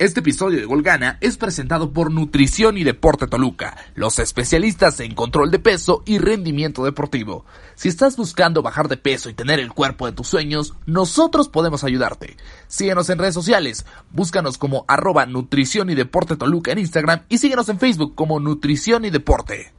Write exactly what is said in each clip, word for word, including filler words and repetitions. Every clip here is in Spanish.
Este episodio de Gol Gana es presentado por Nutrición y Deporte Toluca, los especialistas en control de peso y rendimiento deportivo. Si estás buscando bajar de peso y tener el cuerpo de tus sueños, nosotros podemos ayudarte. Síguenos en redes sociales, búscanos como arroba Nutrición y Deporte Toluca en Instagram y síguenos en Facebook como Nutrición y Deporte.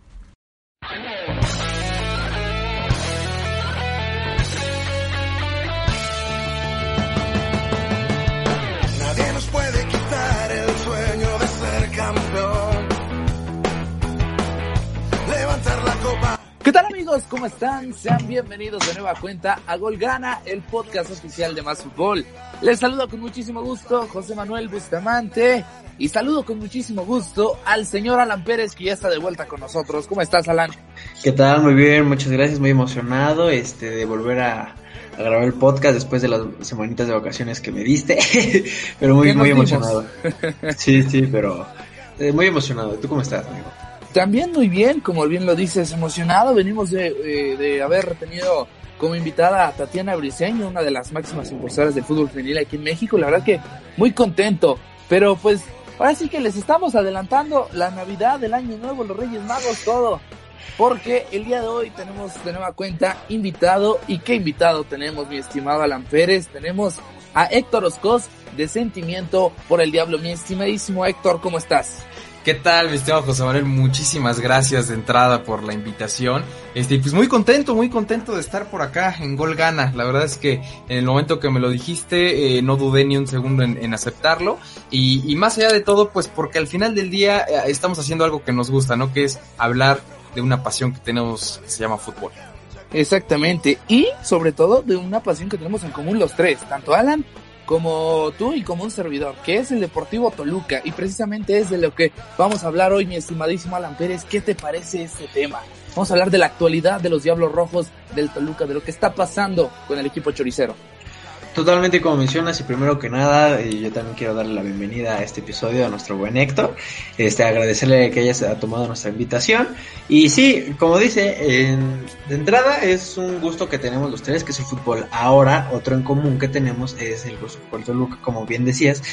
¿Qué tal, amigos? ¿Cómo están? Sean bienvenidos de nueva cuenta a Gol Gana, el podcast oficial de Más Fútbol. Les saludo con muchísimo gusto José Manuel Bustamante y saludo con muchísimo gusto al señor Alan Pérez, que ya está de vuelta con nosotros. ¿Cómo estás, Alan? ¿Qué tal? Muy bien, muchas gracias, muy emocionado este de volver a, a grabar el podcast después de las semanitas de vacaciones que me diste, pero muy muy emocionado. Sí, sí, pero eh, muy emocionado. ¿Tú cómo estás, amigo? También muy bien, como bien lo dices, emocionado. Venimos de, de, de haber tenido como invitada a Tatiana Briseño, una de las máximas impulsoras del fútbol femenil aquí en México. La verdad que muy contento, pero pues ahora sí que les estamos adelantando la Navidad, el Año Nuevo, los Reyes Magos, todo. Porque el día de hoy tenemos de nueva cuenta invitado. ¿Y qué invitado tenemos, mi estimado Alan Pérez? Tenemos a Héctor Oscos, de Sentimiento por el Diablo. Mi estimadísimo Héctor, ¿cómo estás? ¿Qué tal, mi estimado José Manuel? Muchísimas gracias de entrada por la invitación. Este, pues muy contento, muy contento de estar por acá en Gol Gana. La verdad es que en el momento que me lo dijiste, eh, no dudé ni un segundo en, en aceptarlo. Y, y más allá de todo, pues porque al final del día eh, estamos haciendo algo que nos gusta, ¿no? Que es hablar de una pasión que tenemos que se llama fútbol. Exactamente. Y sobre todo de una pasión que tenemos en común los tres, tanto Alan como tú y como un servidor, que es el Deportivo Toluca, y precisamente es de lo que vamos a hablar hoy, mi estimadísimo Alan Pérez. ¿Qué te parece este tema? Vamos a hablar de la actualidad de los Diablos Rojos del Toluca, de lo que está pasando con el equipo choricero. Totalmente como mencionas, y primero que nada, eh, yo también quiero darle la bienvenida a este episodio a nuestro buen Héctor, este, agradecerle que haya tomado nuestra invitación, y sí, como dice, en, de entrada es un gusto que tenemos los tres, que es el fútbol. Ahora, otro en común que tenemos es el gusto por Toluca, como bien decías,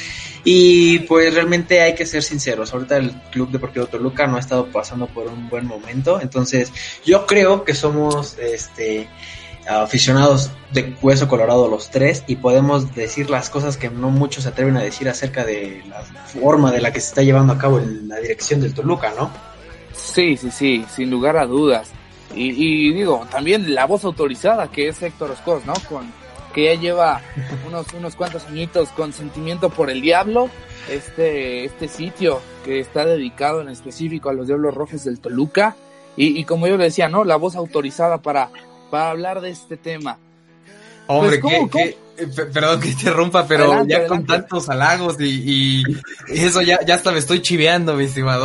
y pues realmente hay que ser sinceros, ahorita el Club Deportivo Toluca no ha estado pasando por un buen momento, entonces yo creo que somos, este... aficionados de hueso colorado los tres, y podemos decir las cosas que no muchos se atreven a decir acerca de la forma de la que se está llevando a cabo en la dirección del Toluca, ¿no? Sí, sí, sí, sin lugar a dudas. Y, y digo, también la voz autorizada, que es Héctor Oscos, ¿no? Con, que ya lleva unos, unos cuantos añitos con Sentimiento por el Diablo, este, este sitio que está dedicado en específico a los Diablos Rojos del Toluca, y, y como yo le decía, ¿no? La voz autorizada para para hablar de este tema. Hombre, pues, ¿cómo, que, que, eh, perdón que te interrumpa, pero adelante, ya adelante. Con tantos halagos y, y eso ya, ya hasta me estoy chiveando, mi estimado.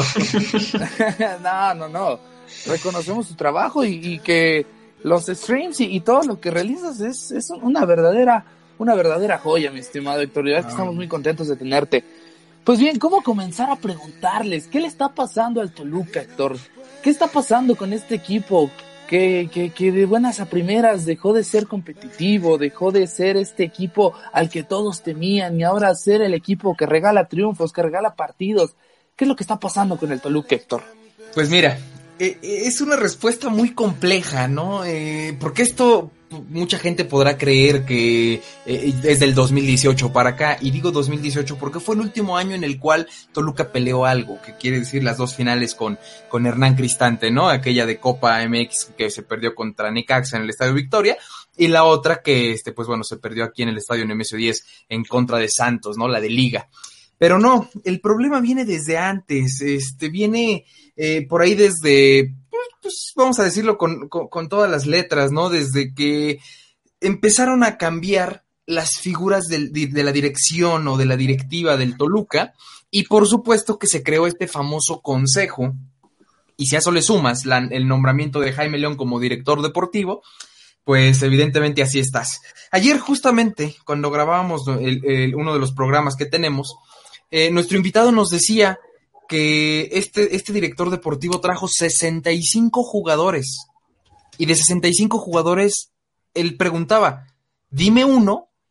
no, no, no. Reconocemos tu trabajo y, y que los streams y, y todo lo que realizas es, es una verdadera, una verdadera joya, mi estimado Héctor. Y verdad que estamos muy contentos de tenerte. Pues bien, ¿cómo comenzar a preguntarles qué le está pasando al Toluca, Héctor? ¿Qué está pasando con este equipo? Que, que, que de buenas a primeras dejó de ser competitivo, dejó de ser este equipo al que todos temían y ahora ser el equipo que regala triunfos, que regala partidos. ¿Qué es lo que está pasando con el Toluca, Héctor? Pues mira, eh, es una respuesta muy compleja, ¿no? Eh, porque esto mucha gente podrá creer que eh, es del dos mil dieciocho para acá, y digo dos mil dieciocho porque fue el último año en el cual Toluca peleó algo, que quiere decir las dos finales con, con Hernán Cristante, ¿no? Aquella de Copa M X que se perdió contra Necaxa en el Estadio Victoria, y la otra que, este, pues bueno, se perdió aquí en el Estadio Nemesio diez en contra de Santos, ¿no? La de Liga. Pero no, el problema viene desde antes, este, viene eh, por ahí desde... pues vamos a decirlo con, con, con todas las letras, ¿no? Desde que empezaron a cambiar las figuras del, de, de la dirección o de la directiva del Toluca, y por supuesto que se creó este famoso consejo, y si a eso le sumas la, el nombramiento de Jaime León como director deportivo, pues evidentemente así estás. Ayer justamente, cuando grabábamos el, el, uno de los programas que tenemos, eh, nuestro invitado nos decía que este, este director deportivo trajo sesenta y cinco jugadores, y de sesenta y cinco jugadores, él preguntaba, dime uno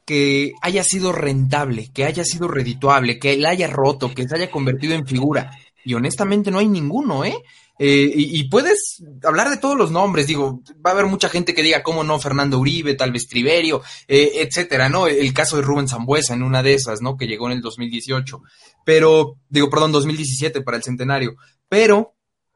que haya sido rentable, que haya sido redituable, que la haya roto, que se haya convertido en figura. Y honestamente no hay ninguno, ¿eh? Eh, y, y puedes hablar de todos los nombres, digo, va a haber mucha gente que diga, cómo no, Fernando Uribe, tal vez Triverio, eh, etcétera, ¿no? El caso de Rubén Sambueza en una de esas, ¿no? Que llegó en el dos mil dieciocho, pero, digo, perdón, dos mil diecisiete para el centenario, pero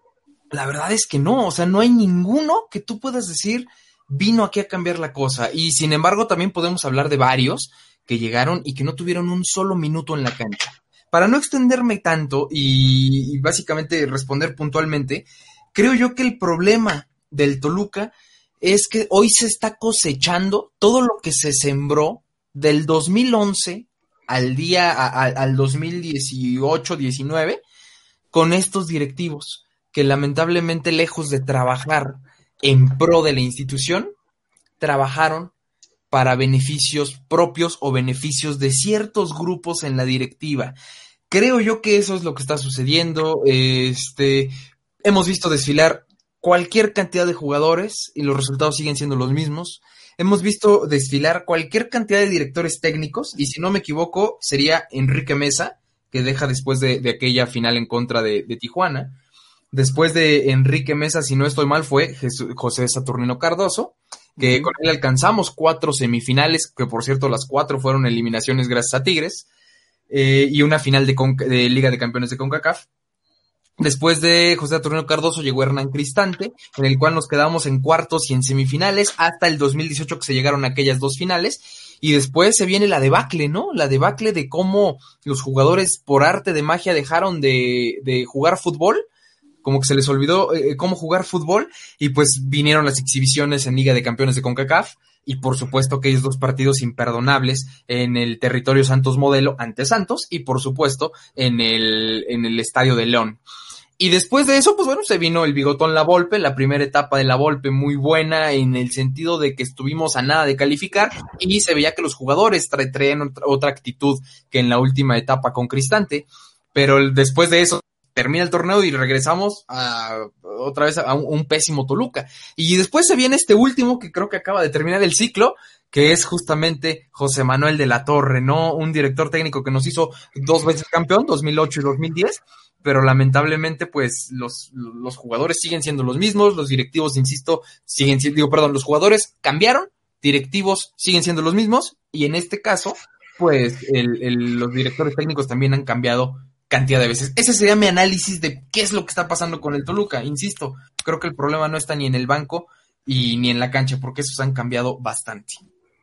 la verdad es que no, o sea, no hay ninguno que tú puedas decir, vino aquí a cambiar la cosa, y sin embargo también podemos hablar de varios que llegaron y que no tuvieron un solo minuto en la cancha. Para no extenderme tanto y, y básicamente responder puntualmente, creo yo que el problema del Toluca es que hoy se está cosechando todo lo que se sembró del dos mil once al día a, a, al dos mil dieciocho diecinueve con estos directivos que lamentablemente, lejos de trabajar en pro de la institución, trabajaron para beneficios propios o beneficios de ciertos grupos en la directiva. Creo yo que eso es lo que está sucediendo. Este, hemos visto desfilar cualquier cantidad de jugadores y los resultados siguen siendo los mismos. Hemos visto desfilar cualquier cantidad de directores técnicos y si no me equivoco sería Enrique Mesa, que deja después de, de aquella final en contra de, de Tijuana. Después de Enrique Mesa, si no estoy mal, fue Jesús, José Saturnino Cardoso, que uh-huh. con él alcanzamos cuatro semifinales, que por cierto las cuatro fueron eliminaciones gracias a Tigres. Eh, y una final de, Con- de Liga de Campeones de CONCACAF. Después de José Saturnino Cardoso llegó Hernán Cristante, en el cual nos quedamos en cuartos y en semifinales hasta el dos mil dieciocho que se llegaron a aquellas dos finales, y después se viene la debacle, ¿no? La debacle de cómo los jugadores por arte de magia dejaron de, de jugar fútbol, como que se les olvidó eh, cómo jugar fútbol, y pues vinieron las exhibiciones en Liga de Campeones de CONCACAF, y por supuesto aquellos dos partidos imperdonables en el territorio Santos Modelo ante Santos y por supuesto en el, en el Estadio de León. Y después de eso, pues bueno, se vino el Bigotón La Volpe, la primera etapa de La Volpe muy buena en el sentido de que estuvimos a nada de calificar y se veía que los jugadores tra- traían otra, otra actitud que en la última etapa con Cristante, pero el, después de eso termina el torneo y regresamos a otra vez a un, un pésimo Toluca. Y después se viene este último que creo que acaba de terminar el ciclo, que es justamente José Manuel de la Torre, ¿no? Un director técnico que nos hizo dos veces campeón, dos mil ocho y dos mil diez, pero lamentablemente pues los, los jugadores siguen siendo los mismos, los directivos, insisto, siguen siendo, digo, perdón, los jugadores cambiaron, directivos siguen siendo los mismos, y en este caso, pues el, el, los directores técnicos también han cambiado cantidad de veces. Ese sería mi análisis de qué es lo que está pasando con el Toluca. Insisto, creo que el problema no está ni en el banco y ni en la cancha, porque esos han cambiado bastante.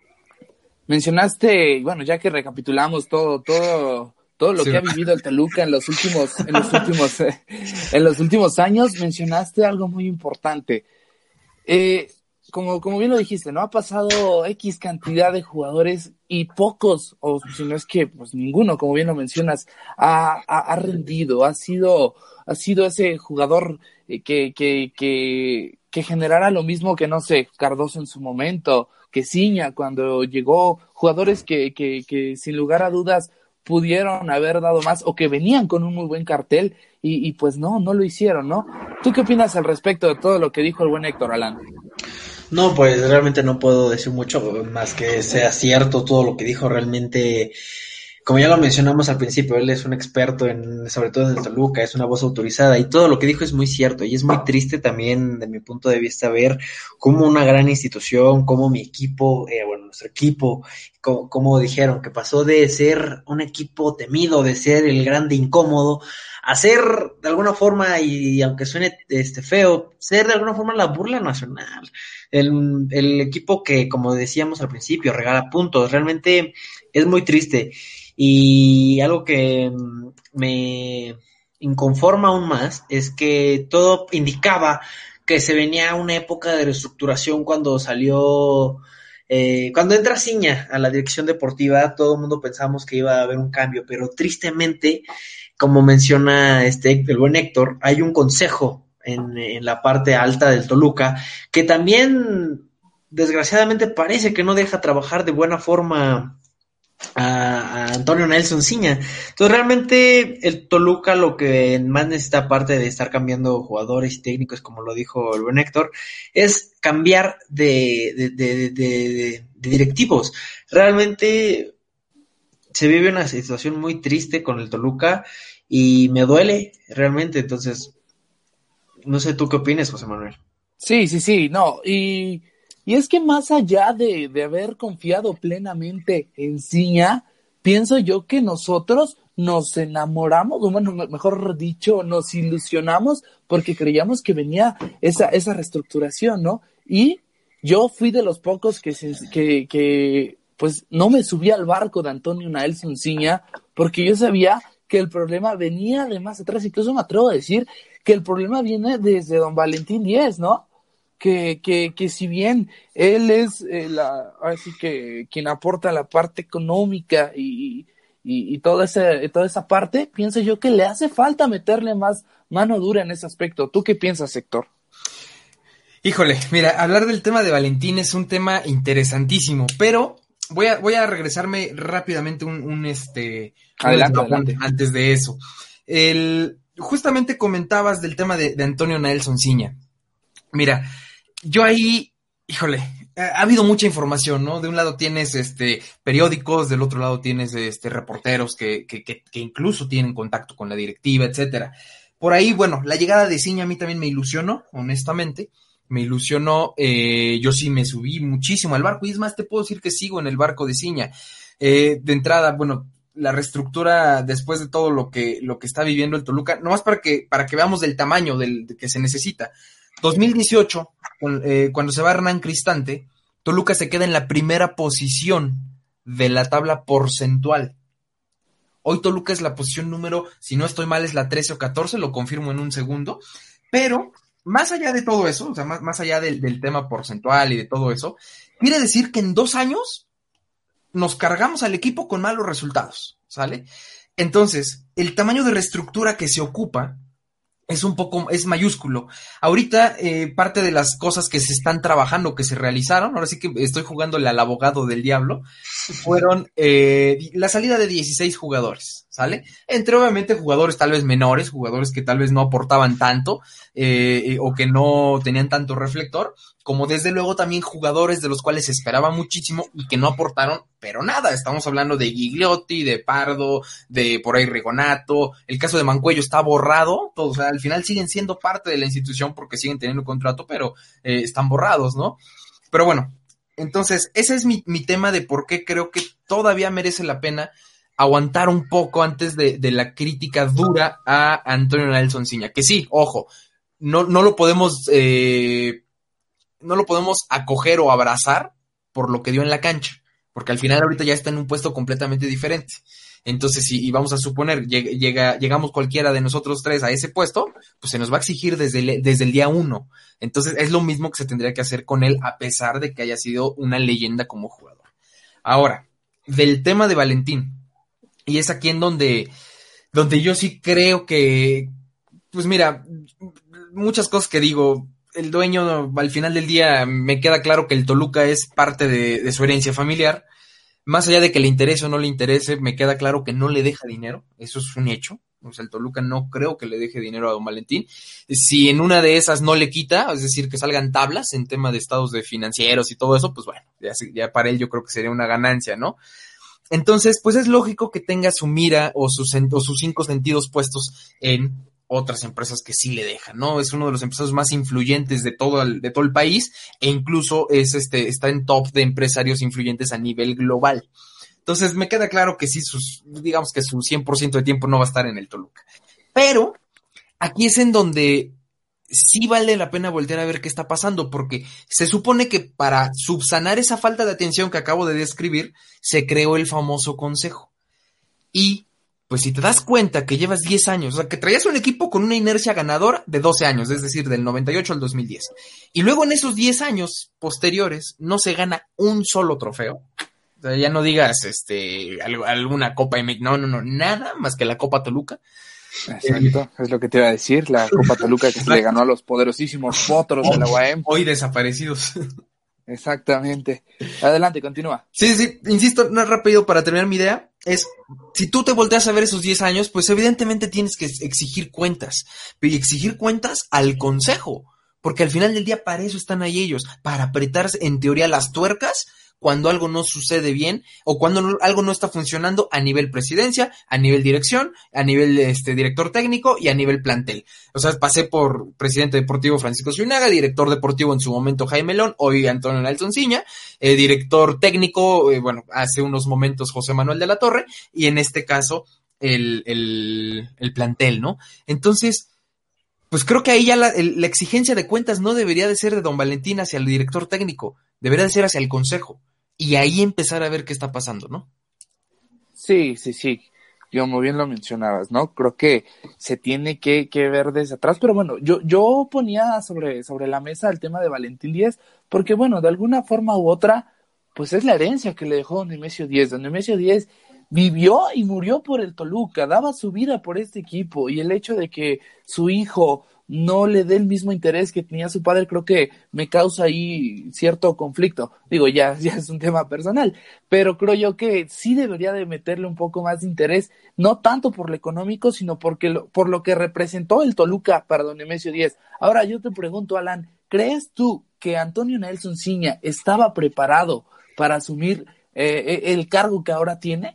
Mencionaste, bueno, ya que recapitulamos todo, todo, todo lo sí. que ha vivido el Toluca en los últimos, en los últimos, eh, en los últimos años, mencionaste algo muy importante. Eh, como, como bien lo dijiste, ¿no? Ha pasado X cantidad de jugadores y pocos, o si no es que, pues ninguno, como bien lo mencionas, ha, ha, ha rendido, ha sido, ha sido ese jugador que, que, que, que generara lo mismo que, no sé, Cardoso en su momento, que Ciña cuando llegó, jugadores que, que, que sin lugar a dudas pudieron haber dado más o que venían con un muy buen cartel y, y pues no, no lo hicieron, ¿no? ¿Tú qué opinas al respecto de todo lo que dijo el buen Héctor Alán? No, pues realmente no puedo decir mucho más que sea cierto todo lo que dijo. Realmente, como ya lo mencionamos al principio, él es un experto en, sobre todo en el Toluca, es una voz autorizada y todo lo que dijo es muy cierto y es muy triste también de mi punto de vista ver cómo una gran institución, cómo mi equipo, eh, bueno, nuestro equipo, como, como dijeron, que pasó de ser un equipo temido, de ser el grande incómodo, a ser de alguna forma, y aunque suene este feo, ser de alguna forma la burla nacional. El, el equipo que, como decíamos al principio, regala puntos, realmente es muy triste. Y algo que me inconforma aún más es que todo indicaba que se venía una época de reestructuración cuando salió, eh, cuando entra Ciña a la dirección deportiva, todo el mundo pensamos que iba a haber un cambio, pero tristemente, como menciona este el buen Héctor, hay un consejo en, en la parte alta del Toluca que también desgraciadamente parece que no deja trabajar de buena forma a, a Antonio Nelson Ciña. Entonces realmente el Toluca lo que más necesita, aparte de estar cambiando jugadores y técnicos, como lo dijo el buen Héctor, es cambiar de, de, de, de, de, de directivos. realmente se vive una situación muy triste con el Toluca y me duele realmente, entonces, no sé tú qué opinas, José Manuel. Sí, sí, sí, no, y, y es que más allá de, de haber confiado plenamente en Ciña, pienso yo que nosotros nos enamoramos, o bueno, mejor dicho, nos ilusionamos porque creíamos que venía esa, esa reestructuración, ¿no? Y yo fui de los pocos que, se, que, que pues no me subí al barco de Antonio Naelson Ciña porque yo sabía que el problema venía de más atrás, incluso me atrevo a decir que el problema viene desde don Valentín Díez, ¿no? Que, que, que si bien él es eh, la, así que quien aporta la parte económica y, y, y toda, esa, toda esa parte, pienso yo que le hace falta meterle más mano dura en ese aspecto. ¿Tú qué piensas, Héctor? Híjole, mira, hablar del tema de Valentín es un tema interesantísimo, pero voy a, voy a regresarme rápidamente un, un este adelante, un adelante. antes de eso. El, justamente comentabas del tema de, de Antonio Naelson Ciña. Mira, yo ahí, híjole, ha habido mucha información, ¿no? De un lado tienes este periódicos, del otro lado tienes este reporteros que, que, que, que incluso tienen contacto con la directiva, etcétera. Por ahí, bueno, la llegada de Ciña a mí también me ilusionó, honestamente. Me ilusionó, eh, yo sí me subí muchísimo al barco, y es más, te puedo decir que sigo en el barco de Ciña. Eh, de entrada, bueno, la reestructura después de todo lo que, lo que está viviendo el Toluca, nomás para que, para que veamos del tamaño del, de que se necesita. dos mil dieciocho, eh, cuando se va Hernán Cristante, Toluca se queda en la primera posición de la tabla porcentual. Hoy Toluca es la posición número, si no estoy mal, es la trece o catorce, lo confirmo en un segundo, pero más allá de todo eso, o sea, más, más allá del, del tema porcentual y de todo eso, quiere decir que en dos años nos cargamos al equipo con malos resultados, ¿sale? Entonces, el tamaño de reestructura que se ocupa es un poco, es mayúsculo. Ahorita, eh, parte de las cosas que se están trabajando, que se realizaron, ahora sí que estoy jugándole al abogado del diablo, fueron eh, la salida de dieciséis jugadores, ¿sale? Entre obviamente jugadores tal vez menores, jugadores que tal vez no aportaban tanto, eh, eh, o que no tenían tanto reflector, como desde luego también jugadores de los cuales se esperaba muchísimo y que no aportaron, pero nada. Estamos hablando de Gigliotti, de Pardo, de por ahí Rigonato, el caso de Mancuello está borrado, todo, o sea, al final siguen siendo parte de la institución porque siguen teniendo contrato, pero eh, están borrados, ¿no? Pero bueno, entonces, ese es mi, mi tema de por qué creo que todavía merece la pena aguantar un poco antes de, de la crítica dura a Antonio Naelson Ciña, que sí, ojo, no, no lo podemos... Eh, no lo podemos acoger o abrazar por lo que dio en la cancha, porque al final ahorita ya está en un puesto completamente diferente. Entonces, si y vamos a suponer, llega, llega, llegamos cualquiera de nosotros tres a ese puesto, pues se nos va a exigir desde el, desde el día uno. Entonces, es lo mismo que se tendría que hacer con él, a pesar de que haya sido una leyenda como jugador. Ahora, del tema de Valentín, y es aquí en donde, donde yo sí creo que, pues mira, muchas cosas que digo, el dueño, al final del día, me queda claro que el Toluca es parte de, de su herencia familiar. Más allá de que le interese o no le interese, me queda claro que no le deja dinero. Eso es un hecho. O sea, el Toluca no creo que le deje dinero a don Valentín. Si en una de esas no le quita, es decir, que salgan tablas en tema de estados de financieros y todo eso, pues bueno, ya, ya para él yo creo que sería una ganancia, ¿no? Entonces, pues es lógico que tenga su mira o sus, o sus cinco sentidos puestos en otras empresas que sí le dejan, ¿no? Es uno de los empresarios más influyentes de todo el, de todo el país, e incluso es este, está en top de empresarios influyentes a nivel global. Entonces me queda claro que sí, sus, digamos que su cien por ciento de tiempo no va a estar en el Toluca. Pero aquí es en donde sí vale la pena voltear a ver qué está pasando, porque se supone que para subsanar esa falta de atención que acabo de describir, se creó el famoso consejo. Y pues si te das cuenta que llevas diez años, o sea, que traías un equipo con una inercia ganadora de doce años, es decir, del noventa y ocho al dos mil diez. Y luego en esos diez años posteriores no se gana un solo trofeo. O sea, ya no digas este alguna Copa M X, no, no, no, nada más que la Copa Toluca. Exacto, es lo que te iba a decir, la Copa Toluca que se le ganó a los poderosísimos Potros de la U A M. Hoy desaparecidos. Exactamente. Adelante, continúa. Sí, sí, insisto, no rápido para terminar mi idea, es, si tú te volteas a ver esos diez años, pues evidentemente tienes que exigir cuentas, y exigir cuentas al consejo, porque al final del día para eso están ahí ellos, para apretar en teoría las tuercas cuando algo no sucede bien o cuando no, algo no está funcionando a nivel presidencia, a nivel dirección, a nivel este director técnico y a nivel plantel. O sea, pasé por presidente deportivo Francisco Zúñiga, director deportivo en su momento Jaime León, hoy Antonio Nelson Ciña, eh, director técnico, eh, bueno, hace unos momentos José Manuel de la Torre, y en este caso el, el, el plantel, ¿no? Entonces, pues creo que ahí ya la, el, la exigencia de cuentas no debería de ser de don Valentín hacia el director técnico, debería de ser hacia el consejo, y ahí empezar a ver qué está pasando, ¿no? Sí, sí, sí, como bien lo mencionabas, ¿no? Creo que se tiene que, que ver desde atrás, pero bueno, yo, yo ponía sobre, sobre la mesa el tema de Valentín Díez, porque bueno, de alguna forma u otra, pues es la herencia que le dejó don Nemesio Díez. Don Nemesio Díez vivió y murió por el Toluca, daba su vida por este equipo, y el hecho de que su hijo no le dé el mismo interés que tenía su padre, creo que me causa ahí cierto conflicto. Digo, ya, ya es un tema personal, pero creo yo que sí debería de meterle un poco más de interés, no tanto por lo económico, sino porque lo, por lo que representó el Toluca para don Nemesio Díez. Ahora yo te pregunto, Alan, ¿crees tú que Antonio Nelson Ciña estaba preparado para asumir eh, el cargo que ahora tiene?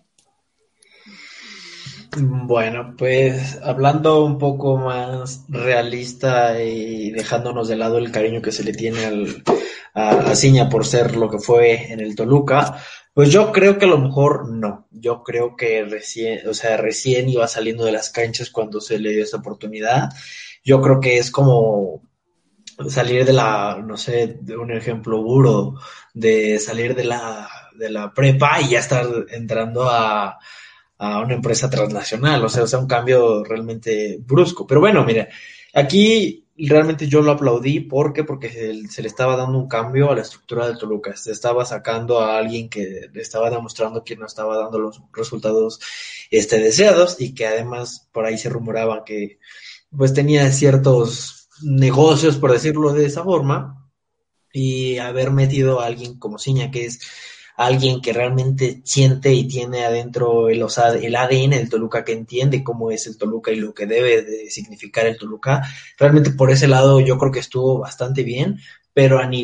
Bueno, pues hablando un poco más realista y dejándonos de lado el cariño que se le tiene al, a, a Ciña por ser lo que fue en el Toluca, pues yo creo que a lo mejor no. Yo creo que recién, o sea, recién iba saliendo de las canchas cuando se le dio esa oportunidad. Yo creo que es como salir de la, no sé, de un ejemplo burdo, de salir de la, de la prepa y ya estar entrando a a una empresa transnacional, o sea, o sea, un cambio realmente brusco. Pero bueno, mira, aquí realmente yo lo aplaudí, ¿por qué? Porque se, se le estaba dando un cambio a la estructura del Toluca, se estaba sacando a alguien que le estaba demostrando que no estaba dando los resultados este, deseados, y que además por ahí se rumoraba que pues tenía ciertos negocios, por decirlo de esa forma, y haber metido a alguien como Ciña, que es alguien que realmente siente y tiene adentro el, o sea, el A D N del Toluca, que entiende cómo es el Toluca y lo que debe de significar el Toluca. Realmente por ese lado yo creo que estuvo bastante bien, pero a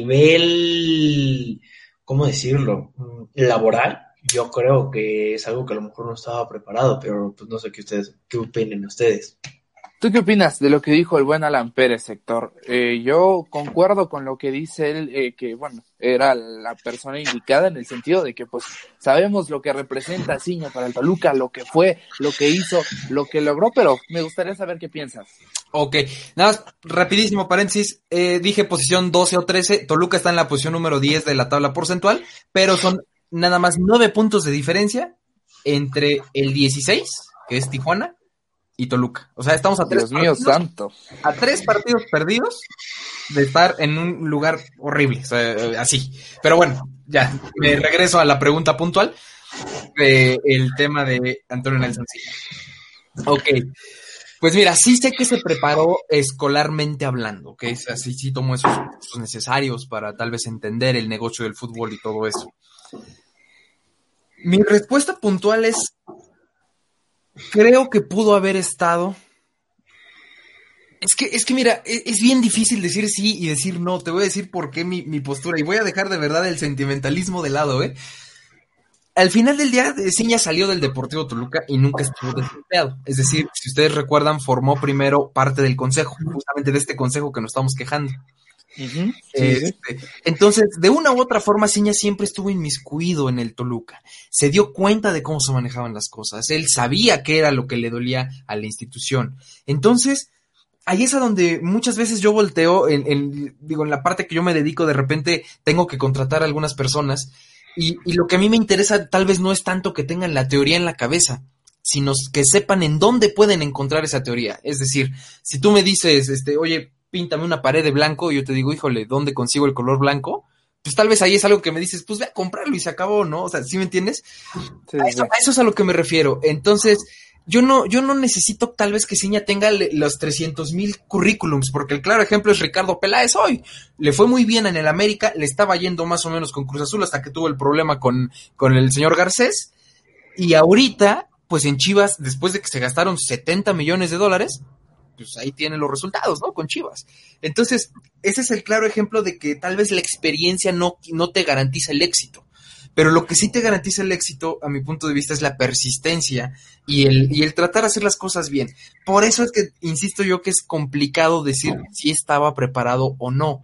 nivel, ¿cómo decirlo?, laboral, yo creo que es algo que a lo mejor no estaba preparado, pero pues no sé qué ustedes, qué opinen ustedes. ¿Tú qué opinas de lo que dijo el buen Alan Pérez, Héctor? Eh, yo concuerdo con lo que dice él, eh, que bueno, era la persona indicada en el sentido de que pues sabemos lo que representa Ciña para el Toluca, lo que fue, lo que hizo, lo que logró, pero me gustaría saber qué piensas. Ok, nada más, rapidísimo paréntesis, eh, dije posición doce o trece, Toluca está en la posición número diez de la tabla porcentual, pero son nada más nueve puntos de diferencia entre el dieciséis, que es Tijuana, y Toluca. O sea, estamos a tres Dios mío partidos, santo. a tres partidos perdidos de estar en un lugar horrible, o sea, así. Pero bueno, ya, me regreso a la pregunta puntual de el tema de Antonio Nelson Ciña. Ok, pues mira, sí sé que se preparó escolarmente hablando, que es así, sí tomó esos cursos necesarios para tal vez entender el negocio del fútbol y todo eso. Mi respuesta puntual es: creo que pudo haber estado. Es que, es que mira, es, es bien difícil decir sí y decir no. Te voy a decir por qué mi, mi postura. Y voy a dejar de verdad el sentimentalismo de lado, ¿eh? Al final del día, Ciña salió del Deportivo Toluca y nunca estuvo desempleado. Es decir, si ustedes recuerdan, formó primero parte del consejo, justamente de este consejo que nos estamos quejando. Uh-huh. Sí, Este, sí. Entonces, de una u otra forma, Ciña siempre estuvo inmiscuido en el Toluca. Se dio cuenta de cómo se manejaban las cosas. Él sabía qué era lo que le dolía a la institución. Entonces, ahí es a donde muchas veces yo volteo, en, en, digo, en la parte que yo me dedico, de repente tengo que contratar a algunas personas, y, y lo que a mí me interesa tal vez no es tanto que tengan la teoría en la cabeza, sino que sepan en dónde pueden encontrar esa teoría. Es decir, si tú me dices, este, oye, píntame una pared de blanco, y yo te digo, híjole, ¿dónde consigo el color blanco? Pues tal vez ahí es algo que me dices, pues ve a comprarlo y se acabó, ¿no? O sea, ¿sí me entiendes? Sí, a, eso, sí. a eso es a lo que me refiero. Entonces, yo no, yo no necesito tal vez que Ciña tenga le, los trescientos mil currículums, porque el claro ejemplo es Ricardo Peláez hoy. Le fue muy bien en el América, le estaba yendo más o menos con Cruz Azul hasta que tuvo el problema con, con el señor Garcés, y ahorita, pues en Chivas, después de que se gastaron setenta millones de dólares, pues ahí tienen los resultados, ¿no? Con Chivas. Entonces, ese es el claro ejemplo de que tal vez la experiencia no, no te garantiza el éxito. pero lo que sí te garantiza el éxito, a mi punto de vista, es la persistencia y el, y el tratar de hacer las cosas bien. Por eso es que, insisto yo, que es complicado decir si estaba preparado o no.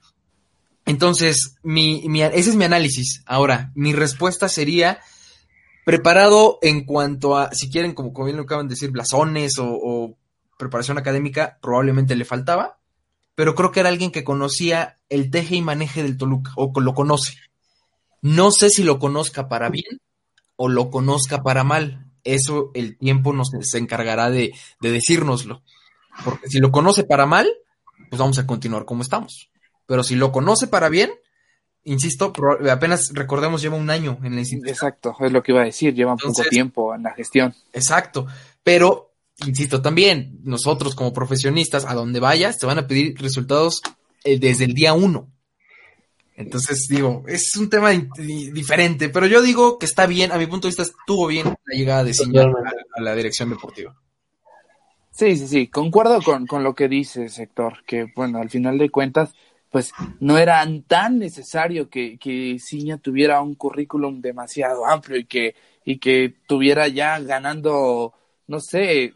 Entonces, mi, mi, ese es mi análisis. Ahora, mi respuesta sería preparado en cuanto a, si quieren, como, como bien lo acaban de decir, blasones o, o preparación académica, probablemente le faltaba, pero creo que era alguien que conocía el teje y maneje del Toluca, o lo conoce. No sé si lo conozca para bien o lo conozca para mal. Eso el tiempo nos se encargará de, de decírnoslo. Porque si lo conoce para mal, pues vamos a continuar como estamos. Pero si lo conoce para bien, insisto, apenas recordemos lleva un año en la institución. Exacto, es lo que iba a decir, lleva Entonces, poco tiempo en la gestión. Exacto, pero insisto también, nosotros como profesionistas, a donde vayas, te van a pedir resultados eh, desde el día uno. Entonces, digo, es un tema di- diferente, pero yo digo que está bien, a mi punto de vista estuvo bien la llegada de Ciña a, a la dirección deportiva. Sí, sí, sí, concuerdo con, con lo que dices, Héctor, que bueno, al final de cuentas, pues no era tan necesario que, que Ciña tuviera un currículum demasiado amplio y que, y que tuviera ya ganando, no sé,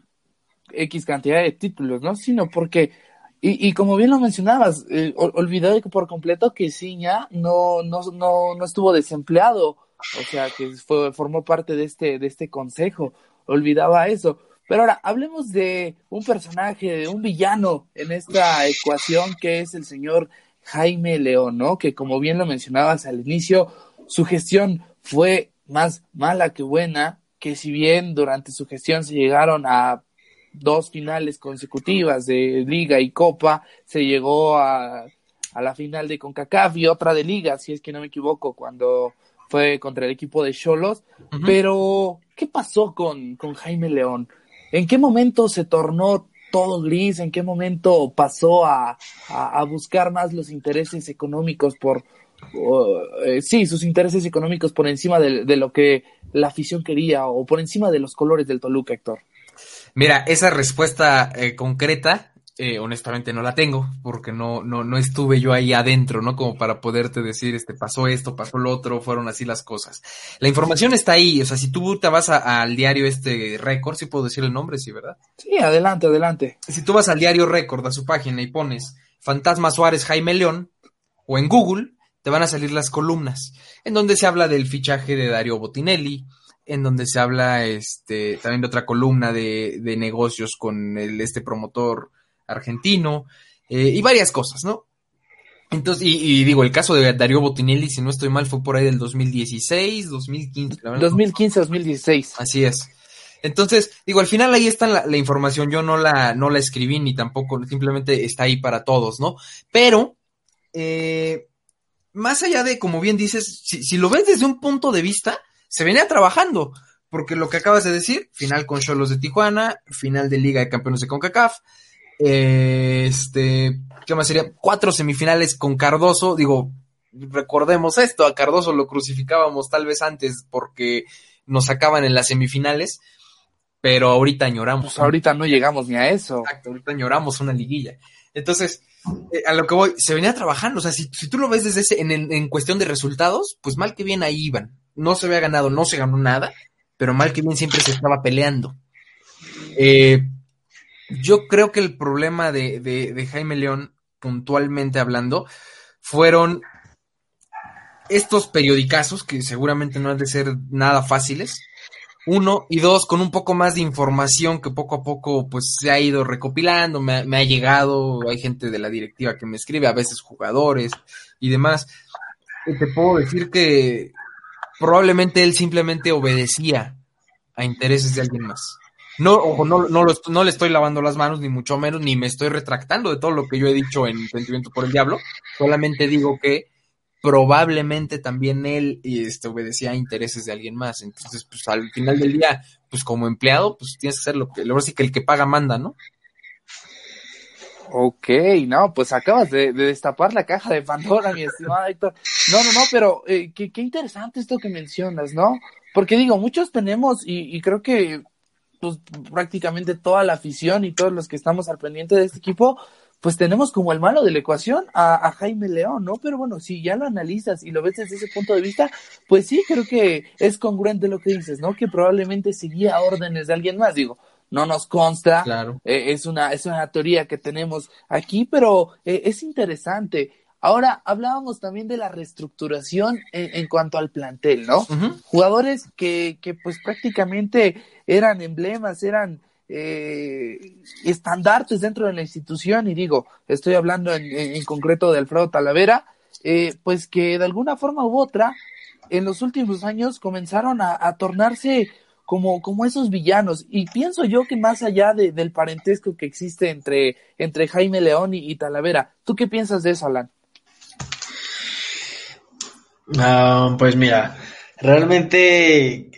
X cantidad de títulos, ¿no? Sino porque, y, y como bien lo mencionabas, eh, olvidé por completo que Ciña no, no, no, no estuvo desempleado, o sea, que fue, formó parte de este, de este consejo, olvidaba eso. Pero ahora, hablemos de un personaje, de un villano en esta ecuación que es el señor Jaime León, ¿no? Que como bien lo mencionabas al inicio, su gestión fue más mala que buena, que si bien durante su gestión se llegaron a dos finales consecutivas de Liga y Copa, se llegó a, a la final de CONCACAF y otra de Liga, si es que no me equivoco, cuando fue contra el equipo de Xolos. Uh-huh. Pero, ¿qué pasó con, con Jaime León? ¿En qué momento se tornó todo gris? ¿En qué momento pasó a, a, a buscar más los intereses económicos por, uh, eh, sí, sus intereses económicos por encima de, de lo que la afición quería o por encima de los colores del Toluca, Héctor? Mira, esa respuesta eh, concreta, eh, honestamente no la tengo, porque no, no, no estuve yo ahí adentro, ¿no? Como para poderte decir, este, pasó esto, pasó lo otro, fueron así las cosas. La información está ahí, o sea, si tú te vas a, al diario este Récord, sí puedo decir el nombre, sí, ¿verdad? Sí, adelante, adelante. Si tú vas al diario Récord, a su página, y pones Fantasma Suárez Jaime León, o en Google, te van a salir las columnas, en donde se habla del fichaje de Dario Botinelli, en donde se habla este también de otra columna de, de negocios con el este promotor argentino, eh, y varias cosas, ¿no? Entonces, y, y digo, el caso de Dario Botinelli, si no estoy mal, fue por ahí del dos mil dieciséis, dos mil quince. La verdad, dos mil quince, dos mil dieciséis. Así es. Entonces, digo, al final ahí está la, la información, yo no la, no la escribí ni tampoco, simplemente está ahí para todos, ¿no? Pero, eh, más allá de, como bien dices, si, si lo ves desde un punto de vista, se venía trabajando, porque lo que acabas de decir, final con Xolos de Tijuana, final de Liga de Campeones de CONCACAF, eh, este, ¿qué más sería? Cuatro semifinales con Cardoso, digo, recordemos esto, a Cardoso lo crucificábamos tal vez antes porque nos sacaban en las semifinales, pero ahorita añoramos. Pues ahorita no llegamos ni a eso. Exacto, ahorita añoramos una liguilla. Entonces, eh, a lo que voy, se venía trabajando, o sea, si, si tú lo ves desde ese, en, en, en cuestión de resultados, pues mal que bien ahí iban. No se había ganado, no se ganó nada, pero mal que bien siempre se estaba peleando. Eh, yo creo que el problema de, de, de Jaime León, puntualmente hablando, fueron estos periodicazos, que seguramente no han de ser nada fáciles, uno, y dos, con un poco más de información que poco a poco pues se ha ido recopilando, me, me ha llegado, hay gente de la directiva que me escribe, a veces jugadores y demás. Y te puedo decir que probablemente él simplemente obedecía a intereses de alguien más. No, ojo, no, no, lo, no le estoy lavando las manos, ni mucho menos, ni me estoy retractando de todo lo que yo he dicho en Sentimiento por el Diablo, solamente digo que probablemente también él este, obedecía a intereses de alguien más. Entonces, pues al final del día, pues como empleado, pues tienes que hacer lo que, lo sí que el que paga manda, ¿no? Ok, no, pues acabas de, de destapar la caja de Pandora, mi estimado Héctor. No, no, no, pero eh, qué, qué interesante esto que mencionas, ¿no? Porque digo, muchos tenemos, y, y creo que pues prácticamente toda la afición y todos los que estamos al pendiente de este equipo, pues tenemos como el malo de la ecuación a, a Jaime León, ¿no? Pero bueno, si ya lo analizas y lo ves desde ese punto de vista, pues sí, creo que es congruente lo que dices, ¿no? Que probablemente seguía órdenes de alguien más, digo, no nos consta, Claro. eh, es una es una teoría que tenemos aquí, pero eh, es interesante. Ahora, hablábamos también de la reestructuración en, en cuanto al plantel, ¿no? Uh-huh. Jugadores que, que pues prácticamente eran emblemas, eran eh, estandartes dentro de la institución, y digo, estoy hablando en, en, en concreto de Alfredo Talavera, eh, pues que de alguna forma u otra, en los últimos años comenzaron a, a tornarse como, como esos villanos, y pienso yo que más allá de, del parentesco que existe entre, entre Jaime León y, y Talavera, ¿tú qué piensas de eso, Alan? Uh, pues mira, realmente,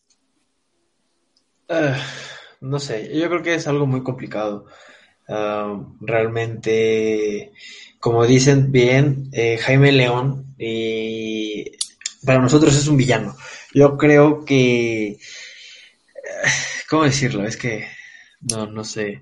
uh, no sé, yo creo que es algo muy complicado. Uh, realmente, como dicen bien, eh, Jaime León, eh, para nosotros es un villano. Yo creo que, uh, ¿cómo decirlo? Es que, no, no sé.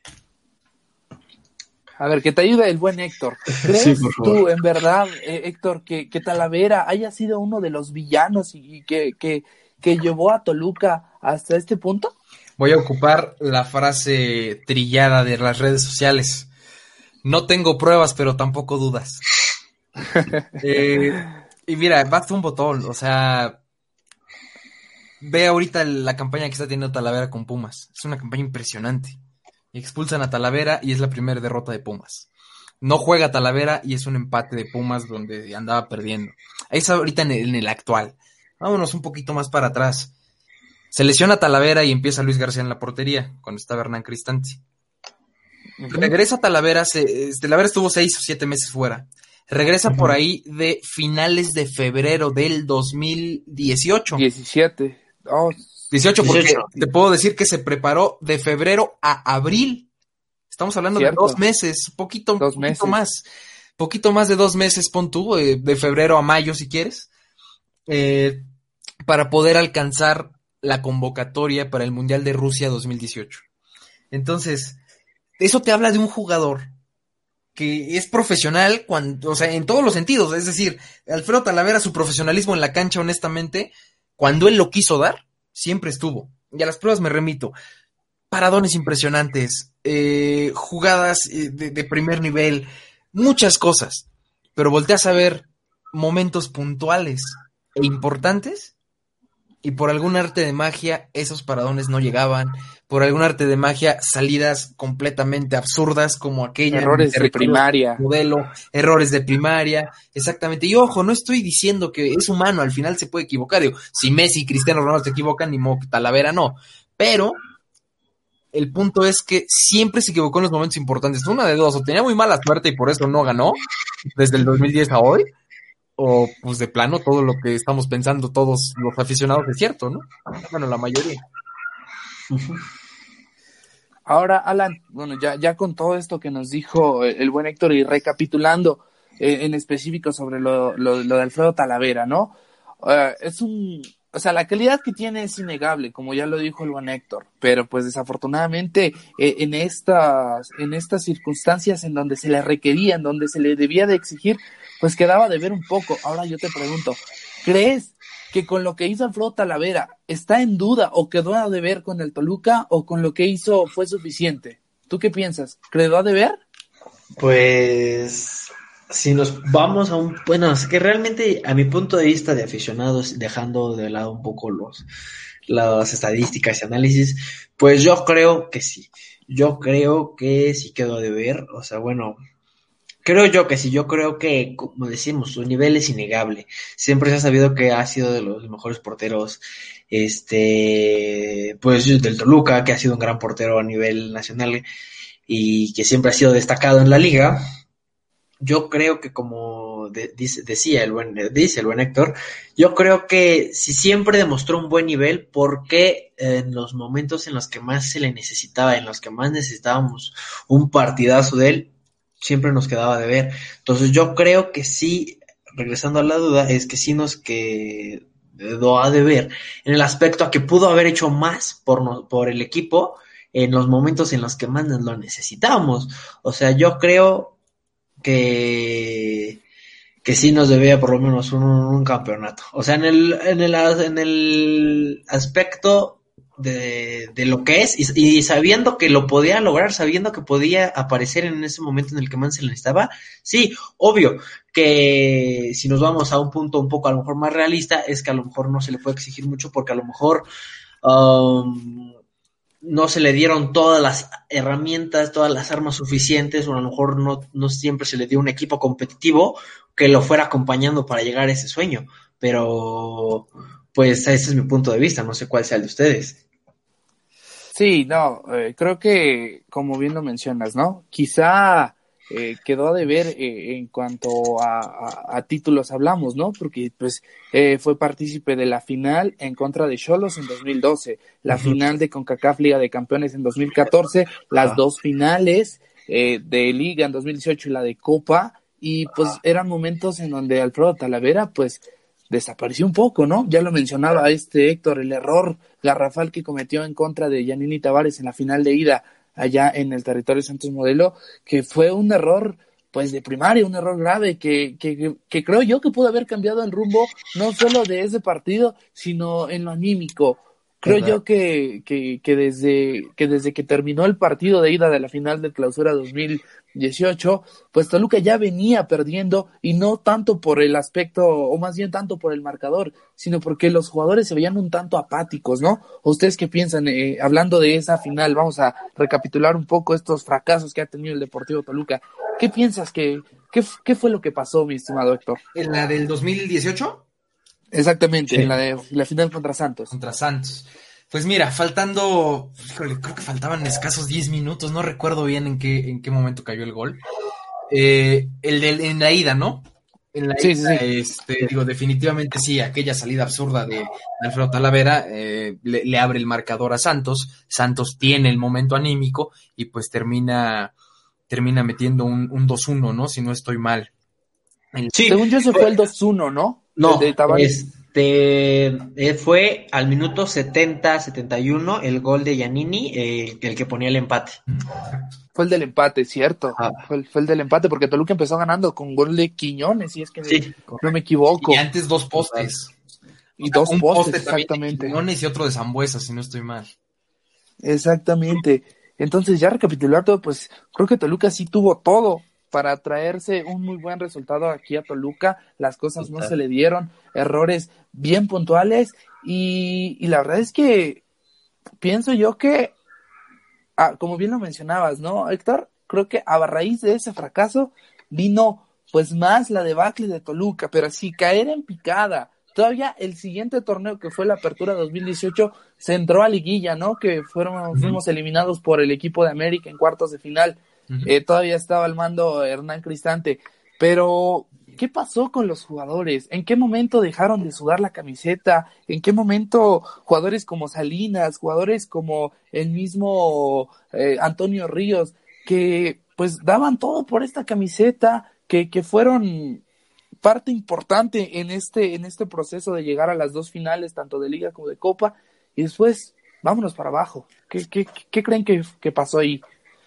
A ver, que te ayude el buen Héctor. ¿Crees Sí, por favor. tú, en verdad, eh, Héctor, que, que Talavera haya sido uno de los villanos y, y que, que, que llevó a Toluca hasta este punto? Voy a ocupar la frase trillada de las redes sociales. No tengo pruebas, pero tampoco dudas. eh, y mira, basta un botón, o sea, ve ahorita la campaña que está teniendo Talavera con Pumas. Es una campaña impresionante. Expulsan a Talavera y es la primera derrota de Pumas. No juega Talavera y es un empate de Pumas donde andaba perdiendo. Ahí está ahorita en el, en el actual. Vámonos un poquito más para atrás. Se lesiona Talavera y empieza Luis García en la portería, cuando estaba Hernán Cristante. Uh-huh. Regresa Talavera, se, Talavera estuvo seis o siete meses fuera. Regresa uh-huh. por ahí de finales de febrero del dos mil dieciocho. diecisiete. Oh. dieciocho, porque dieciocho. Te puedo decir que se preparó de febrero a abril. Estamos hablando Cierto. de dos meses, poquito, dos poquito meses. más. Poquito más de dos meses, pon tú, de, de febrero a mayo si quieres. Eh, para poder alcanzar la convocatoria para el Mundial de Rusia dos mil dieciocho. Entonces, eso te habla de un jugador que es profesional cuando, o sea, en todos los sentidos. Es decir, Alfredo Talavera, su profesionalismo en la cancha, honestamente, cuando él lo quiso dar, siempre estuvo. Y a las pruebas me remito. Paradones impresionantes, eh, jugadas eh, de, de primer nivel, muchas cosas. Pero volteas a ver momentos puntuales e importantes, y por algún arte de magia esos paradones no llegaban. Por algún arte de magia, salidas completamente absurdas como aquella. Errores de primaria. Modelo, errores de primaria, exactamente. Y ojo, no estoy diciendo que es humano, al final se puede equivocar. Digo, si Messi y Cristiano Ronaldo se equivocan, ni modo que Talavera no. Pero el punto es que siempre se equivocó en los momentos importantes. Una de dos, o tenía muy mala suerte y por eso no ganó desde el dos mil diez a hoy, o pues de plano todo lo que estamos pensando todos los aficionados es cierto, ¿no? Bueno, la mayoría. Ahora, Alan, bueno, ya, ya con todo esto que nos dijo el buen Héctor y recapitulando eh, en específico sobre lo, lo, lo de Alfredo Talavera, ¿no? Uh, es un, o sea, la calidad que tiene es innegable, como ya lo dijo el buen Héctor, pero pues desafortunadamente eh, en estas, en estas circunstancias en donde se le requería, en donde se le debía de exigir, pues quedaba de ver un poco. Ahora yo te pregunto, ¿crees que con lo que hizo Alfredo Talavera está en duda o quedó a deber con el Toluca, o con lo que hizo fue suficiente? ¿Tú qué piensas? ¿Quedó a deber? Pues si nos vamos a un... Bueno, es que realmente a mi punto de vista de aficionados, dejando de lado un poco los las estadísticas y análisis, pues yo creo que sí. Yo creo que sí quedó a deber. O sea, bueno... Creo yo que sí, yo creo que, como decimos, su nivel es innegable. Siempre se ha sabido que ha sido de los mejores porteros, este, pues del Toluca, que ha sido un gran portero a nivel nacional y que siempre ha sido destacado en la liga. Yo creo que, como de, dice, decía el buen, dice el buen Héctor, yo creo que si siempre demostró un buen nivel, porque en los momentos en los que más se le necesitaba, en los que más necesitábamos un partidazo de él, siempre nos quedaba de ver. Entonces yo creo que sí, regresando a la duda, es que sí nos quedó a deber en el aspecto a que pudo haber hecho más por, no, por el equipo en los momentos en los que más nos lo necesitábamos. O sea, yo creo que que sí nos debía por lo menos un, un campeonato. O sea, en el en el en el aspecto de, de lo que es, y, y sabiendo que lo podía lograr, sabiendo que podía aparecer en ese momento en el que más se le necesitaba. Sí, obvio que si nos vamos a un punto un poco a lo mejor más realista, es que a lo mejor no se le puede exigir mucho porque a lo mejor um, no se le dieron todas las herramientas, todas las armas suficientes, o a lo mejor no, no siempre se le dio un equipo competitivo que lo fuera acompañando para llegar a ese sueño, pero pues ese es mi punto de vista, no sé cuál sea el de ustedes. Sí, no, eh, creo que, como bien lo mencionas, ¿no? Quizá eh, quedó a deber eh, en cuanto a, a, a títulos hablamos, ¿no? Porque, pues, eh, fue partícipe de la final en contra de Xolos en dos mil doce, la uh-huh. final de CONCACAF Liga de Campeones en dos mil catorce, las uh-huh. dos finales eh, de Liga en dos mil dieciocho y la de Copa, y pues uh-huh. eran momentos en donde Alfredo Talavera, pues, desapareció un poco, ¿no? Ya lo mencionaba este Héctor, el error garrafal que cometió en contra de Giannini Tavares en la final de ida allá en el territorio Santos Modelo, que fue un error pues de primaria, un error grave que, que, que creo yo que pudo haber cambiado el rumbo no solo de ese partido, sino en lo anímico. Creo ¿verdad? yo que, que, que, desde, que desde que terminó el partido de ida de la final de Clausura dos mil dieciocho, pues Toluca ya venía perdiendo, y no tanto por el aspecto, o más bien tanto por el marcador, sino porque los jugadores se veían un tanto apáticos, ¿no? ¿Ustedes qué piensan? Eh, hablando de esa final, vamos a recapitular un poco estos fracasos que ha tenido el Deportivo Toluca. ¿Qué piensas que, qué, qué fue lo que pasó, mi estimado Héctor? ¿En la del dos mil dieciocho? Exactamente, sí. en la de la final contra Santos. Contra Santos. Pues mira, faltando, híjole, creo que faltaban escasos diez minutos, no recuerdo bien en qué, en qué momento cayó el gol. Eh, el de en la ida, ¿no? En la sí, ida, sí, sí. Este, digo, definitivamente sí, aquella salida absurda de Alfredo Talavera eh, le, le abre el marcador a Santos. Santos tiene el momento anímico y pues termina, termina metiendo un, un dos uno, ¿no? Si no estoy mal. El, sí, según yo, ese fue el dos uno, ¿no? No, de Tavares. Este, fue al minuto setenta, setenta y uno el gol de Giannini, eh, el que ponía el empate. Fue el del empate, cierto. Ah. Fue, el, fue el del empate, porque Toluca empezó ganando con gol de Quiñones, si es que sí, no me equivoco. Y antes dos postes. Y dos un postes, poste exactamente. De Quiñones y otro de Zambuesa, si no estoy mal. Exactamente. Entonces, ya recapitular todo, pues creo que Toluca sí tuvo todo para traerse un muy buen resultado aquí a Toluca. Las cosas no se le dieron, errores bien puntuales, y, y la verdad es que pienso yo que, ah, como bien lo mencionabas, ¿no, Héctor? Creo que a raíz de ese fracaso vino pues más la debacle de Toluca, pero así caer en picada. Todavía el siguiente torneo, que fue la Apertura dos mil dieciocho, se entró a liguilla, ¿no? Que fueron, uh-huh. fuimos eliminados por el equipo de América en cuartos de final. Uh-huh. Eh, todavía estaba al mando Hernán Cristante, pero ¿qué pasó con los jugadores? ¿En qué momento dejaron de sudar la camiseta? ¿En qué momento jugadores como Salinas, jugadores como el mismo eh, Antonio Ríos, que pues daban todo por esta camiseta, que, que fueron parte importante en este, en este proceso de llegar a las dos finales, tanto de Liga como de Copa, y después vámonos para abajo? ¿Qué, qué, qué creen que, que pasó ahí?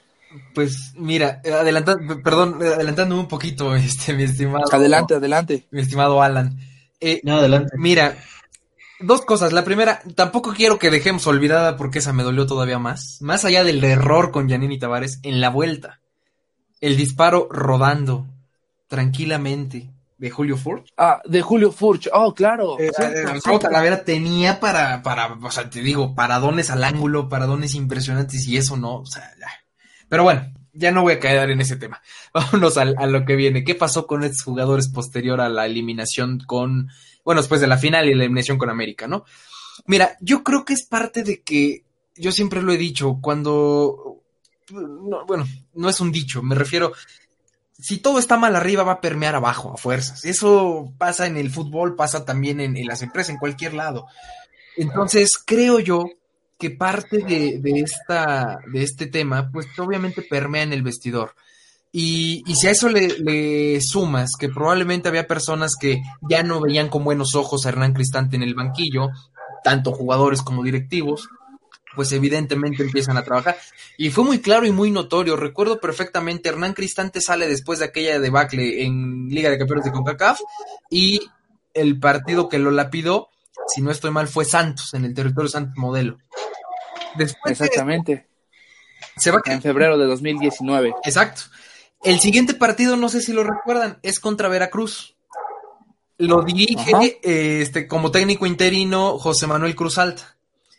Pues mira, adelantando, perdón, adelantándome un poquito, este, mi estimado. Adelante, adelante. Mi estimado Alan. Eh, no, adelante. Mira, dos cosas. La primera, tampoco quiero que dejemos olvidada, porque esa me dolió todavía más. Más allá del error con Giannini Tavares, en la vuelta, el disparo rodando tranquilamente de Julio Furch. Ah, de Julio Furch, oh, claro. Eh, Alfredo Talavera tenía para, para, o sea, te digo, paradones al ángulo, paradones impresionantes, y eso no, o sea, ya. Pero bueno, ya no voy a caer en ese tema. Vámonos a, a lo que viene. ¿Qué pasó con estos jugadores posterior a la eliminación con, bueno, después de la final y la eliminación con América, ¿no? Mira, yo creo que es parte de que, yo siempre lo he dicho, cuando, no, bueno, no es un dicho, me refiero, si todo está mal arriba va a permear abajo, a fuerzas. Eso pasa en el fútbol, pasa también en, en las empresas, en cualquier lado. Entonces, creo yo que parte de, de esta de este tema, pues obviamente permea en el vestidor. Y, y si a eso le, le sumas que probablemente había personas que ya no veían con buenos ojos a Hernán Cristante en el banquillo, tanto jugadores como directivos, pues evidentemente empiezan a trabajar. Y fue muy claro y muy notorio. Recuerdo perfectamente, Hernán Cristante sale después de aquella debacle en Liga de Campeones de CONCACAF, y el partido que lo lapidó, si no estoy mal, fue Santos, en el territorio Santos Modelo. Después Exactamente. De se va a... En febrero de dos mil diecinueve. Exacto. El siguiente partido, no sé si lo recuerdan, es contra Veracruz. Lo dirige eh, este como técnico interino José Manuel Cruz Alta.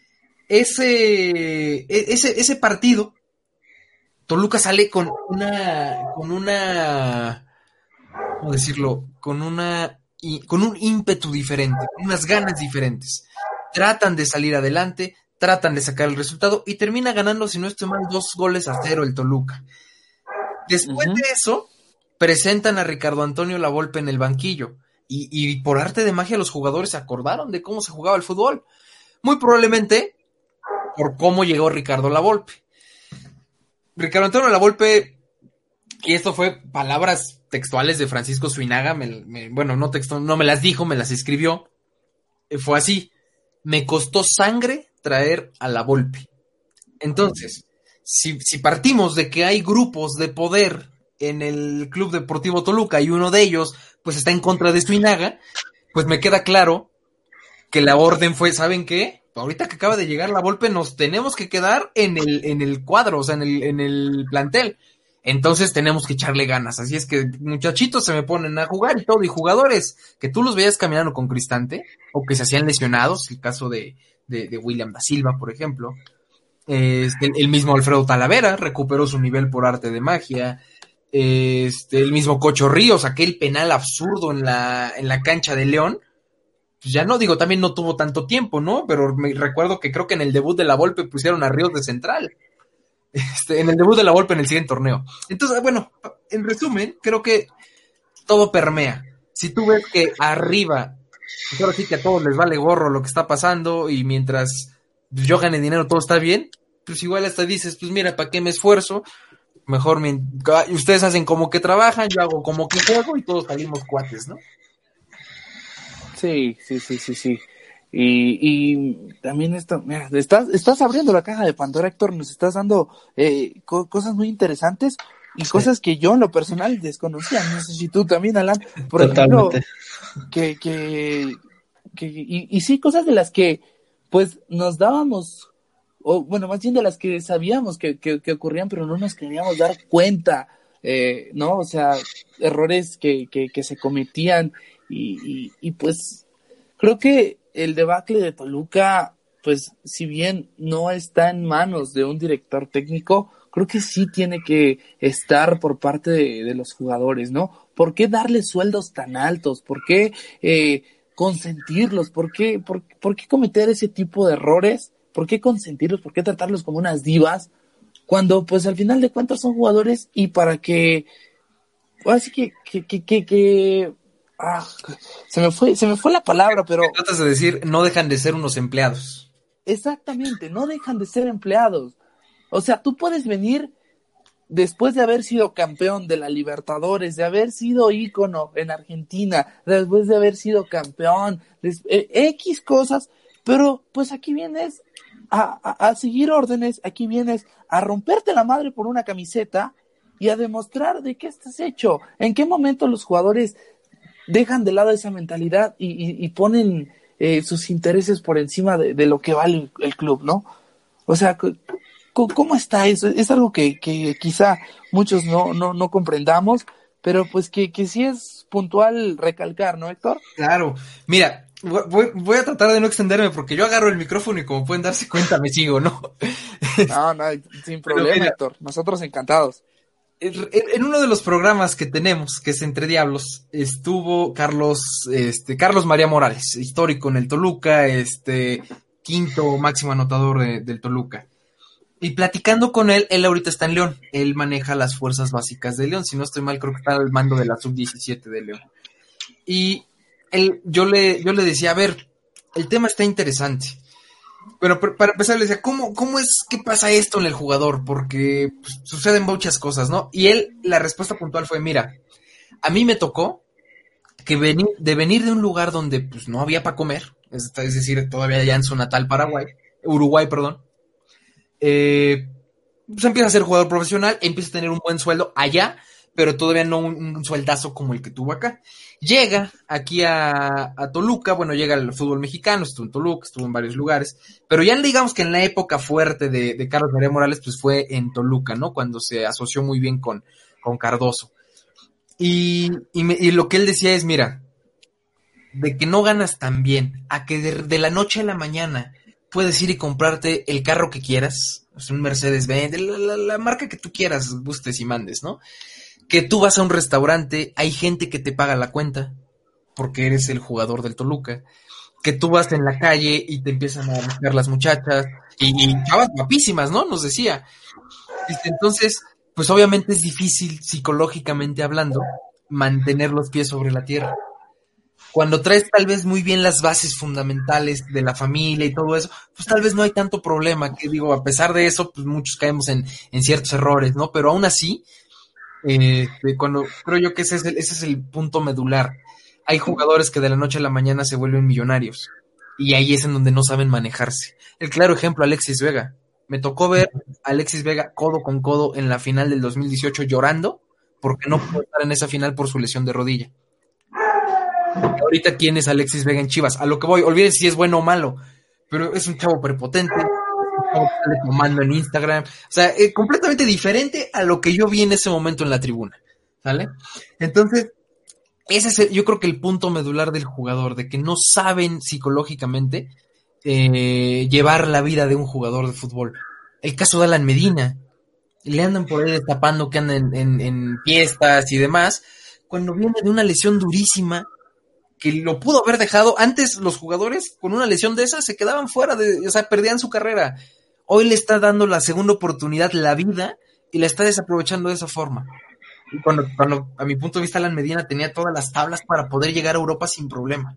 Ese, ese, ese partido, Toluca sale con una, con una, ¿cómo decirlo? Con una, con un ímpetu diferente, con unas ganas diferentes. Tratan de salir adelante, tratan de sacar el resultado y termina ganando, si no estoy mal, dos goles a cero el Toluca. Después uh-huh. de eso, presentan a Ricardo Antonio Lavolpe en el banquillo y, y por arte de magia los jugadores se acordaron de cómo se jugaba el fútbol. Muy probablemente por cómo llegó Ricardo Lavolpe. Ricardo Antonio Lavolpe, y esto fue palabras textuales de Francisco Suinaga, me, me, bueno, no, texto, no me las dijo, me las escribió, fue así: me costó sangre traer a Lavolpe. Entonces, si, si partimos de que hay grupos de poder en el Club Deportivo Toluca y uno de ellos pues está en contra de Suinaga, pues me queda claro que la orden fue, ¿saben qué? Ahorita que acaba de llegar Lavolpe, nos tenemos que quedar en el, en el cuadro, o sea, en el, en el plantel. Entonces tenemos que echarle ganas. Así es que muchachitos se me ponen a jugar y todo. Y jugadores que tú los veías caminando con Cristante, o que se hacían lesionados, el caso de, de, de William da Silva, por ejemplo. Este, el mismo Alfredo Talavera recuperó su nivel por arte de magia. Este, el mismo Cocho Ríos, aquel penal absurdo en la, en la cancha de León. Pues ya no digo, también no tuvo tanto tiempo, ¿no? Pero me recuerdo que creo que en el debut de Lavolpe pusieron a Ríos de central. Este, en el debut de Lavolpe en el siguiente torneo. Entonces, bueno, en resumen, creo que todo permea. Si tú ves que arriba, pues ahora sí que a todos les vale gorro lo que está pasando, y mientras yo gane dinero todo está bien, pues igual hasta dices, pues mira, ¿para qué me esfuerzo? Mejor me... ustedes hacen como que trabajan, yo hago como que juego y todos salimos cuates, ¿no? Sí, sí, sí, sí, sí. Y, y también esto, mira, estás, estás abriendo la caja de Pandora, Héctor, nos estás dando eh, co- cosas muy interesantes y sí. Cosas que yo en lo personal desconocía. No sé si tú también, Alan, por Totalmente. ejemplo, que, que, que y, y sí, cosas de las que pues nos dábamos, o bueno, más bien de las que sabíamos que, que, que ocurrían, pero no nos queríamos dar cuenta, eh, ¿no? O sea, errores que, que, que se cometían. Y, y, y pues creo que el debacle de Toluca, pues si bien no está en manos de un director técnico, creo que sí tiene que estar por parte de, de los jugadores, ¿no? ¿Por qué darles sueldos tan altos? ¿Por qué eh, consentirlos? ¿Por qué, por, ¿Por qué cometer ese tipo de errores? ¿Por qué consentirlos? ¿Por qué tratarlos como unas divas? Cuando pues al final de cuentas son jugadores, y para que... Así que... que, que, que, que Ah, se me fue, se me fue la palabra, pero... Tratas de decir, no dejan de ser unos empleados. Exactamente, no dejan de ser empleados. O sea, tú puedes venir después de haber sido campeón de la Libertadores, de haber sido ícono en Argentina, después de haber sido campeón, des, eh, X cosas, pero pues aquí vienes a, a, a seguir órdenes, aquí vienes a romperte la madre por una camiseta y a demostrar de qué estás hecho. ¿En qué momento los jugadores dejan de lado esa mentalidad y, y, y ponen eh, sus intereses por encima de, de lo que vale el, el club, ¿no? O sea, c- c- ¿cómo está eso? Es algo que, que quizá muchos no, no, no comprendamos, pero pues que, que sí es puntual recalcar, ¿no, Héctor? Claro. Mira, voy, voy a tratar de no extenderme porque yo agarro el micrófono y como pueden darse cuenta me sigo, ¿no? No, no, sin problema, mira, Héctor. Nosotros encantados. En uno de los programas que tenemos, que es Entre Diablos, estuvo Carlos, este, Carlos María Morales, histórico en el Toluca, este, quinto máximo anotador de, del Toluca. Y platicando con él, él ahorita está en León, él maneja las fuerzas básicas de León, si no estoy mal creo que está al mando de la sub diecisiete de León. Y él, yo le, yo le decía, a ver, el tema está interesante. Bueno, para empezar le decía, ¿cómo, cómo es que pasa esto en el jugador? Porque pues, suceden muchas cosas, ¿no? Y él, la respuesta puntual fue, mira, a mí me tocó que venir, de venir de un lugar donde pues no había para comer, es, es decir, todavía allá en su natal Paraguay, Uruguay, perdón, eh, pues empieza a ser jugador profesional, empieza a tener un buen sueldo allá, pero todavía no un, un sueldazo como el que tuvo acá. Llega aquí a, a Toluca, bueno, llega al fútbol mexicano, estuvo en Toluca, estuvo en varios lugares, pero ya digamos que en la época fuerte de, de Carlos María Morales, pues fue en Toluca, ¿no? Cuando se asoció muy bien con, con Cardoso. Y, y, me, y lo que él decía es, mira, de que no ganas tan bien, a que de, de la noche a la mañana puedes ir y comprarte el carro que quieras, o sea, un Mercedes-Benz, la, la, la marca que tú quieras, gustes y mandes, ¿no? Que tú vas a un restaurante, hay gente que te paga la cuenta, porque eres el jugador del Toluca, que tú vas en la calle y te empiezan a buscar las muchachas, y, y chavas guapísimas, ¿no? Nos decía. Entonces, pues obviamente es difícil, psicológicamente hablando, mantener los pies sobre la tierra. Cuando traes tal vez muy bien las bases fundamentales de la familia y todo eso, pues tal vez no hay tanto problema, que digo, a pesar de eso, pues muchos caemos en, en ciertos errores, ¿no? Pero aún así, eh, cuando creo yo que ese es, el, ese es el punto medular. Hay jugadores que de la noche a la mañana se vuelven millonarios, y ahí es en donde no saben manejarse. El claro ejemplo, Alexis Vega. Me tocó ver a Alexis Vega codo con codo en la final del dos mil dieciocho llorando, porque no pudo estar en esa final por su lesión de rodilla. Ahorita, ¿quién es Alexis Vega en Chivas? A lo que voy, olviden si es bueno o malo, pero es un chavo prepotente, es un chavo que sale tomando en Instagram, o sea, eh, completamente diferente a lo que yo vi en ese momento en la tribuna, ¿sale? Entonces, ese es el, yo creo que el punto medular del jugador, de que no saben psicológicamente eh, llevar la vida de un jugador de fútbol. El caso de Alan Medina, le andan por ahí destapando que andan en, en, en fiestas y demás, cuando viene de una lesión durísima, que lo pudo haber dejado. Antes los jugadores con una lesión de esas se quedaban fuera, de, o sea, perdían su carrera. Hoy le está dando la segunda oportunidad, la vida, y la está desaprovechando de esa forma. Y cuando, cuando a mi punto de vista, Alan Medina tenía todas las tablas para poder llegar a Europa sin problema.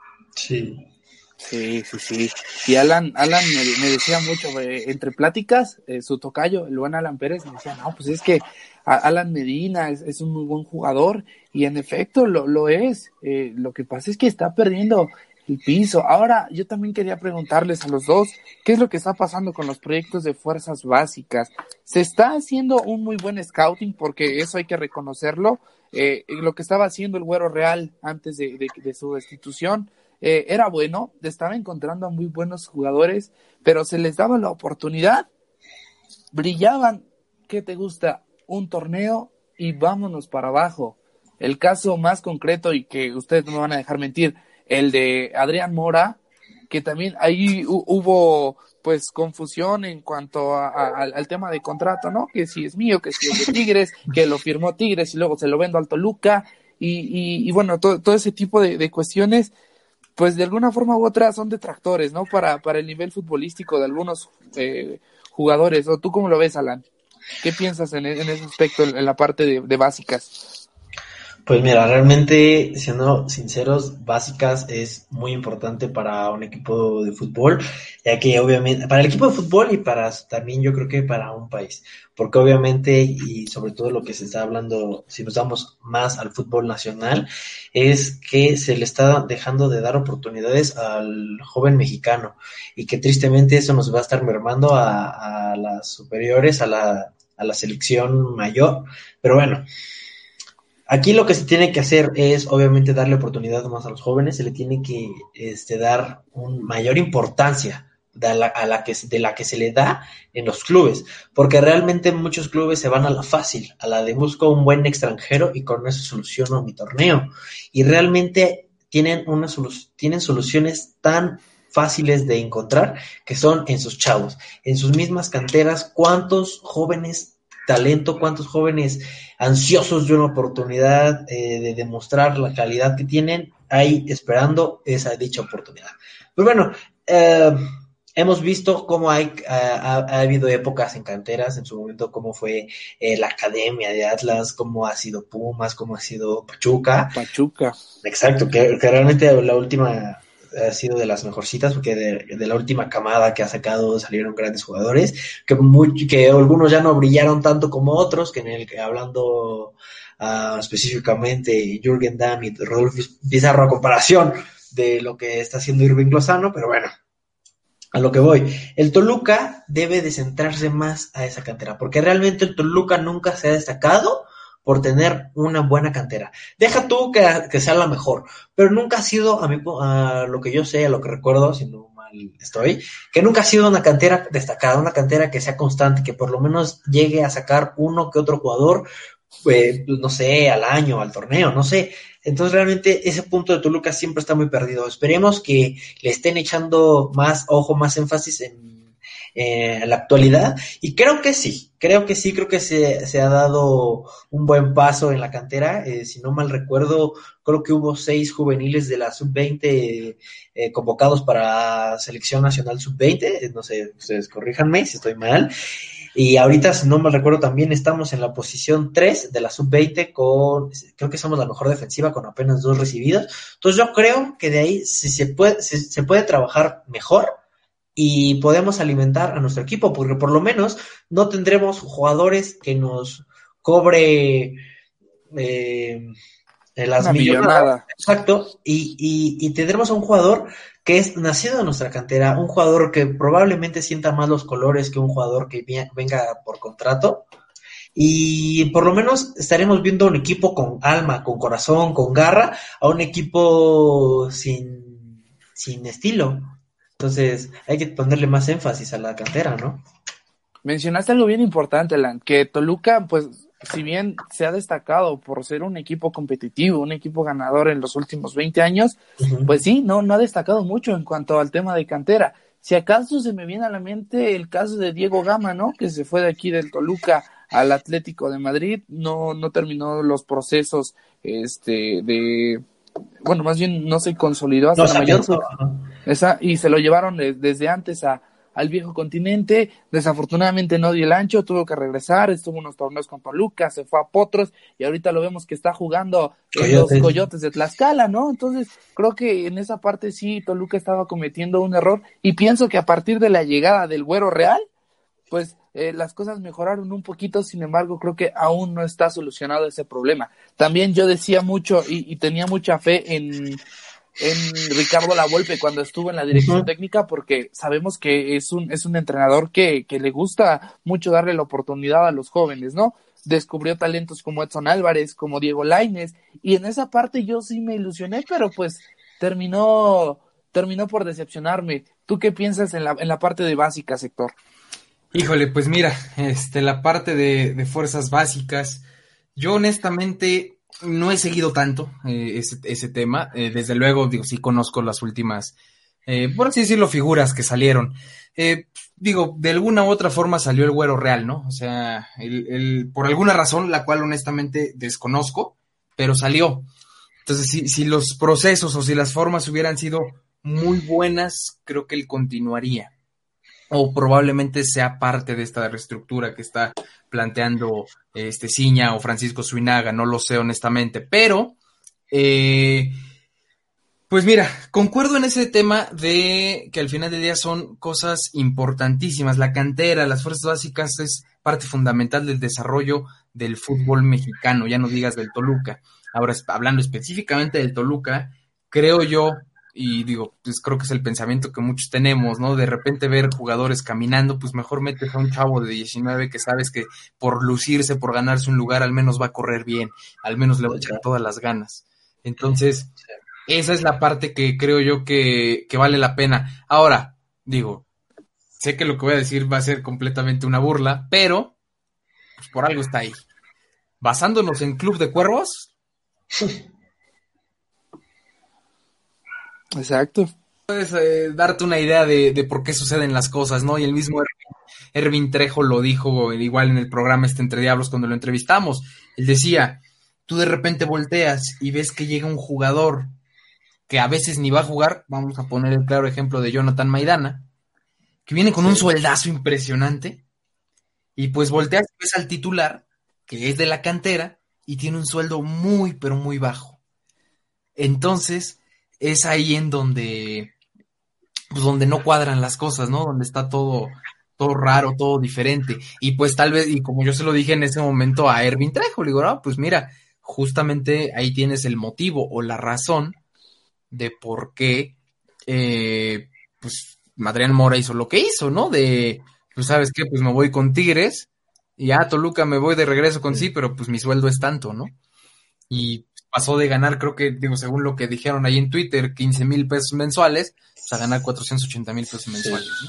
Sí. Sí, sí, sí. Y Alan, Alan me, me decía mucho, eh, entre pláticas, eh, su tocayo, el buen Alan Pérez, me decía, no, pues es que a, Alan Medina es, es un muy buen jugador, y en efecto lo, lo es. Eh, lo que pasa es que está perdiendo el piso. Ahora, yo también quería preguntarles a los dos, ¿qué es lo que está pasando con los proyectos de fuerzas básicas? ¿Se está haciendo un muy buen scouting? Porque eso hay que reconocerlo. Eh, lo que estaba haciendo el Güero Real antes de, de, de su destitución, Eh, era bueno, estaba encontrando a muy buenos jugadores, pero se les daba la oportunidad, brillaban, ¿qué te gusta? Un torneo y vámonos para abajo. El caso más concreto, y que ustedes no me van a dejar mentir, el de Adrián Mora, que también ahí hu- hubo pues confusión en cuanto a, a, al, al tema de contrato, ¿no? Que si es mío, que si es de Tigres, que lo firmó Tigres y luego se lo vendo al Toluca, y, y, y bueno, todo, todo ese tipo de, de cuestiones, pues de alguna forma u otra son detractores, ¿no? Para, para el nivel futbolístico de algunos eh, jugadores. ¿O tú cómo lo ves, Alan? ¿Qué piensas en, en ese aspecto, en, en la parte de, de básicas? Pues mira, realmente, siendo sinceros, básicas es muy importante para un equipo de fútbol, ya que obviamente, para el equipo de fútbol y para también yo creo que para un país, porque obviamente, y sobre todo lo que se está hablando, si nos damos más al fútbol nacional, es que se le está dejando de dar oportunidades al joven mexicano, y que tristemente eso nos va a estar mermando a, a las superiores, a la, a la selección mayor, pero bueno. Aquí lo que se tiene que hacer es, obviamente, darle oportunidad más a los jóvenes, se le tiene que este, dar un mayor importancia de la, a la que, de la que se le da en los clubes, porque realmente muchos clubes se van a la fácil, a la de busco un buen extranjero y con eso soluciono mi torneo, y realmente tienen, una solu- tienen soluciones tan fáciles de encontrar que son en sus chavos, en sus mismas canteras. ¿Cuántos jóvenes talento, cuántos jóvenes ansiosos de una oportunidad eh, de demostrar la calidad que tienen ahí esperando esa dicha oportunidad? Pues bueno, eh, hemos visto cómo hay, ha, ha habido épocas en canteras, en su momento cómo fue eh, la academia de Atlas, cómo ha sido Pumas, cómo ha sido Pachuca. Pachuca. Exacto, que, que realmente la última ha sido de las mejorcitas, porque de, de la última camada que ha sacado salieron grandes jugadores, que muy, que algunos ya no brillaron tanto como otros, que en el que hablando uh, específicamente Jürgen Damm y Rodolfo Pizarro a comparación de lo que está haciendo Irving Lozano, pero bueno, A lo que voy, el Toluca debe de centrarse más a esa cantera, porque realmente el Toluca nunca se ha destacado por tener una buena cantera. Deja tú que, que sea la mejor, pero nunca ha sido, a, mí, a lo que yo sé, a lo que recuerdo, si no mal estoy, que nunca ha sido una cantera destacada, una cantera que sea constante, que por lo menos llegue a sacar uno que otro jugador, eh, no sé, al año, al torneo, no sé. Entonces realmente ese punto de Toluca siempre está muy perdido. Esperemos que le estén echando más ojo, más énfasis en, eh, en la actualidad, y creo que sí, creo que sí, creo que se, se ha dado un buen paso en la cantera. Eh, si no mal recuerdo, creo que hubo seis juveniles de la sub veinte eh, convocados para selección nacional sub veinte, no sé, ustedes corríjanme si estoy mal. Y ahorita, si no me recuerdo, también estamos en la posición tres de la sub veinte con, creo que somos la mejor defensiva con apenas dos recibidas. Entonces yo creo que de ahí si se puede, si, se puede trabajar mejor y podemos alimentar a nuestro equipo, porque por lo menos no tendremos jugadores que nos cobre eh, las Una millonadas. millonada. Exacto, y, y, y tendremos a un jugador que es nacido de nuestra cantera, un jugador que probablemente sienta más los colores que un jugador que venga por contrato, y por lo menos estaremos viendo un equipo con alma, con corazón, con garra, a un equipo sin, sin estilo. Entonces hay que ponerle más énfasis a la cantera, ¿no? Mencionaste algo bien importante, Alan, que Toluca, pues, si bien se ha destacado por ser un equipo competitivo, un equipo ganador en los últimos veinte años, uh-huh. pues sí, no, no ha destacado mucho en cuanto al tema de cantera. Si acaso se me viene a la mente el caso de Diego Gama, ¿no? Que se fue de aquí del Toluca al Atlético de Madrid, no, no terminó los procesos, este, de, bueno, más bien no se consolidó hasta no, la mayor, pensó, esa, y se lo llevaron de, desde antes a al viejo continente. Desafortunadamente no dio el ancho, tuvo que regresar, estuvo unos torneos con Toluca, se fue a Potros y ahorita lo vemos que está jugando en los Coyotes de Tlaxcala, ¿no? Entonces creo que en esa parte sí Toluca estaba cometiendo un error, y pienso que a partir de la llegada del Güero Real, pues eh, las cosas mejoraron un poquito. Sin embargo, creo que aún no está solucionado ese problema. También yo decía mucho y, y tenía mucha fe en en Ricardo Lavolpe cuando estuvo en la dirección uh-huh. técnica, porque sabemos que es un es un entrenador que, que le gusta mucho darle la oportunidad a los jóvenes, ¿no? Descubrió talentos como Edson Álvarez, como Diego Lainez, y en esa parte yo sí me ilusioné, pero pues terminó terminó por decepcionarme. ¿Tú qué piensas en la en la parte de básicas, Héctor? Híjole, pues mira, este la parte de, de fuerzas básicas, yo honestamente no he seguido tanto eh, ese, ese tema. Eh, desde luego, digo, sí conozco las últimas, eh, por así decirlo, figuras que salieron. Eh, digo, de alguna u otra forma salió el Güero Real, ¿no? O sea, el, el, por alguna razón, la cual honestamente desconozco, pero salió. Entonces, si, si los procesos o si las formas hubieran sido muy buenas, creo que él continuaría. O probablemente sea parte de esta reestructura que está planteando este Ciña o Francisco Suinaga, no lo sé honestamente, pero eh, pues mira, concuerdo en ese tema de que al final del día son cosas importantísimas. La cantera, las fuerzas básicas es parte fundamental del desarrollo del fútbol mexicano, ya no digas del Toluca. Ahora, hablando específicamente del Toluca, creo yo, y digo, pues creo que es el pensamiento que muchos tenemos, ¿no? De repente ver jugadores caminando, pues mejor metes a un chavo de diecinueve que sabes que por lucirse, por ganarse un lugar, al menos va a correr bien, al menos le va a echar todas las ganas. Entonces, esa es la parte que creo yo que, que vale la pena. Ahora, digo, sé que lo que voy a decir va a ser completamente una burla, pero pues por algo está ahí. Basándonos en Club de Cuervos. Exacto. Puedes eh, darte una idea de, de por qué suceden las cosas, ¿no? Y el mismo Ervin, Ervin Trejo lo dijo igual en el programa este Entre Diablos cuando lo entrevistamos. Él decía, tú de repente volteas y ves que llega un jugador que a veces ni va a jugar, vamos a poner el claro ejemplo de Jonathan Maidana, que viene con sí. un sueldazo impresionante, y pues volteas y ves al titular, que es de la cantera, y tiene un sueldo muy, pero muy bajo. Entonces, es ahí en donde, pues donde no cuadran las cosas, ¿no? Donde está todo, todo raro, todo diferente. Y pues tal vez, y como yo se lo dije en ese momento a Ervin Trejo, le digo, no, pues mira, justamente ahí tienes el motivo o la razón de por qué, eh, pues Adrián Mora hizo lo que hizo, ¿no? De, pues, ¿sabes qué? Pues me voy con Tigres, y a Toluca me voy de regreso con sí, pero pues mi sueldo es tanto, ¿no? Y pasó de ganar, creo que, digo, según lo que dijeron ahí en Twitter, quince mil pesos mensuales, pues a ganar cuatrocientos ochenta mil pesos mensuales, ¿no?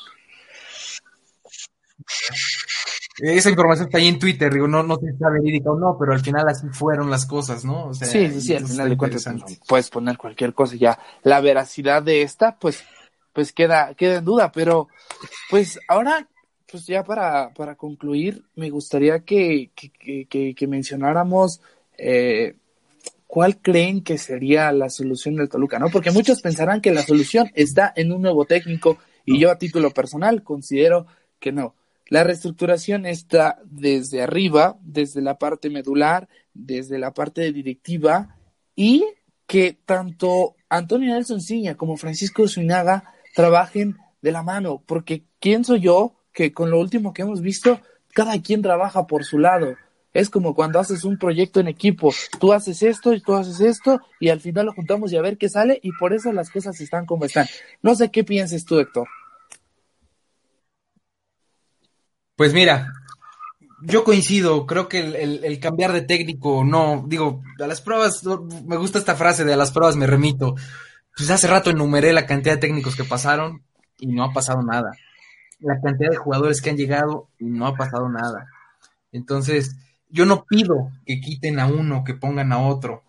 Esa información está ahí en Twitter, digo, no, no sé si está verídica o no, pero al final así fueron las cosas, ¿no? O sea, sí, sí, sí, al final de cuentas puedes poner cualquier cosa, ya la veracidad de esta, pues, pues queda, queda en duda, pero pues ahora, pues ya para, para concluir, me gustaría que, que, que, que mencionáramos eh, cuál creen que sería la solución del Toluca, ¿no? Porque muchos pensarán que la solución está en un nuevo técnico, y yo a título personal considero que no. La reestructuración está desde arriba, desde la parte medular, desde la parte directiva, y que tanto Antonio Nelson Ciña como Francisco Zuinaga trabajen de la mano, porque pienso yo que con lo último que hemos visto, cada quien trabaja por su lado. Es como cuando haces un proyecto en equipo, tú haces esto y tú haces esto, y al final lo juntamos y a ver qué sale, y por eso las cosas están como están. No sé qué pienses tú, Héctor. Pues mira, yo coincido, creo que el, el, el cambiar de técnico, no, digo, a las pruebas, me gusta esta frase de a las pruebas me remito. Pues hace rato enumeré la cantidad de técnicos que pasaron y no ha pasado nada. La cantidad de jugadores que han llegado y no ha pasado nada. Entonces, yo no pido que quiten a uno, que pongan a otro.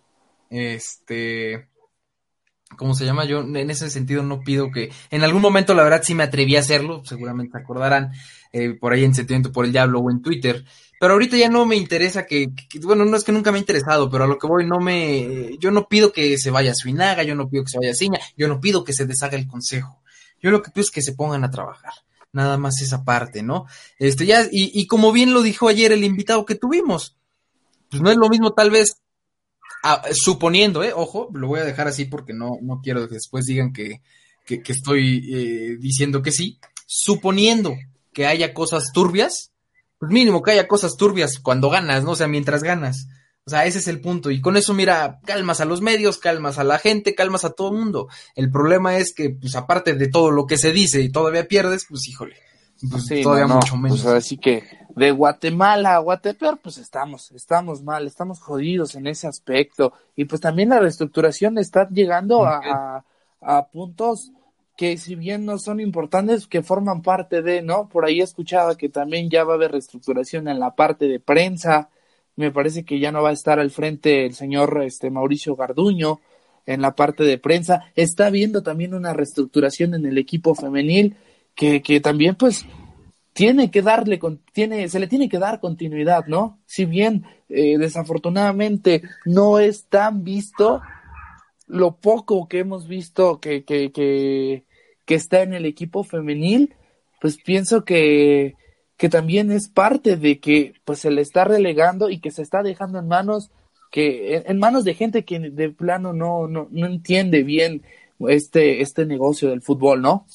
Este, ¿cómo se llama? Yo en ese sentido no pido que... En algún momento la verdad sí me atreví a hacerlo, seguramente acordarán, eh, por ahí en Sentimiento por el Diablo o en Twitter, pero ahorita ya no me interesa que, que, bueno, no es que nunca me ha interesado, pero a lo que voy no me... Yo no pido que se vaya Suinaga, yo no pido que se vaya Ciña, yo no pido que se deshaga el consejo, yo lo que pido es que se pongan a trabajar, nada más esa parte, ¿no? Este ya, y, y como bien lo dijo ayer el invitado que tuvimos, pues no es lo mismo tal vez, ah, suponiendo, eh, ojo, lo voy a dejar así porque no, no quiero que después digan que, que, que estoy eh, diciendo que sí, suponiendo que haya cosas turbias, pues mínimo que haya cosas turbias cuando ganas, ¿no? O sea, mientras ganas. O sea, ese es el punto. Y con eso, mira, calmas a los medios, calmas a la gente, calmas a todo el mundo. El problema es que, pues aparte de todo lo que se dice y todavía pierdes, pues híjole, pues sí, todavía no, mucho no. menos. Pues así que de Guatemala a Guatepeor, pues estamos, estamos mal, estamos jodidos en ese aspecto. Y pues también la reestructuración está llegando a, a, a puntos que si bien no son importantes, que forman parte de, ¿no? Por ahí escuchaba que también ya va a haber reestructuración en la parte de prensa. Me parece que ya no va a estar al frente el señor este Mauricio Garduño en la parte de prensa. Está habiendo también una reestructuración en el equipo femenil que, que también pues tiene que darle, tiene, se le tiene que dar continuidad, ¿no? Si bien eh, desafortunadamente no es tan visto, lo poco que hemos visto que, que, que, que está en el equipo femenil, pues pienso que, que también es parte de que pues se le está relegando y que se está dejando en manos que en manos de gente que de plano no, no, no entiende bien este, este negocio del fútbol, ¿no?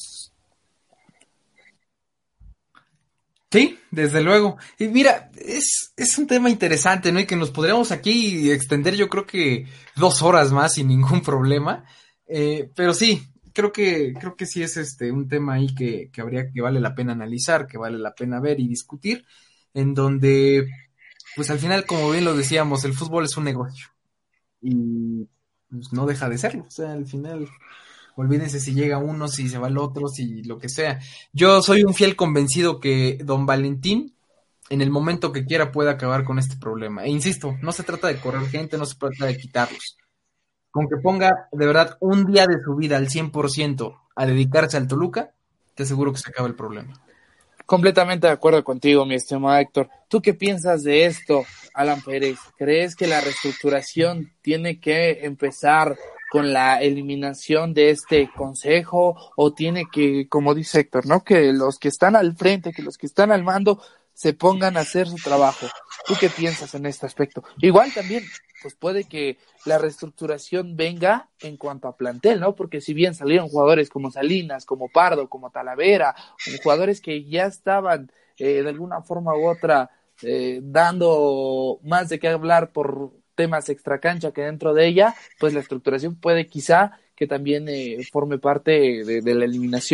Sí, desde luego. Y mira, es, es un tema interesante, ¿no? Y que nos podríamos aquí extender yo creo que dos horas más sin ningún problema. Eh, pero sí, creo que, creo que sí es este un tema ahí que, que habría, que vale la pena analizar, que vale la pena ver y discutir, en donde, pues al final, como bien lo decíamos, el fútbol es un negocio. Y pues, no deja de serlo. O sea, al final... Olvídense si llega uno, si se va el otro, si lo que sea. Yo soy un fiel convencido que don Valentín, en el momento que quiera, puede acabar con este problema. E insisto, no se trata de correr gente, no se trata de quitarlos. Con que ponga de verdad un día de su vida al cien por ciento a dedicarse al Toluca, te aseguro que se acaba el problema. Completamente de acuerdo contigo, mi estimado Héctor. ¿Tú qué piensas de esto, Alan Pérez? ¿Crees que la reestructuración tiene que empezar con la eliminación de este consejo o tiene que, como dice Héctor, ¿no? Que los que están al frente, que los que están al mando se pongan a hacer su trabajo? ¿Tú qué piensas en este aspecto? Igual también, pues puede que la reestructuración venga en cuanto a plantel, ¿no? Porque si bien salieron jugadores como Salinas, como Pardo, como Talavera, jugadores que ya estaban eh, de alguna forma u otra eh, dando más de qué hablar por temas extracancha que dentro de ella, pues la estructuración puede quizá que también eh, forme parte de, de la eliminación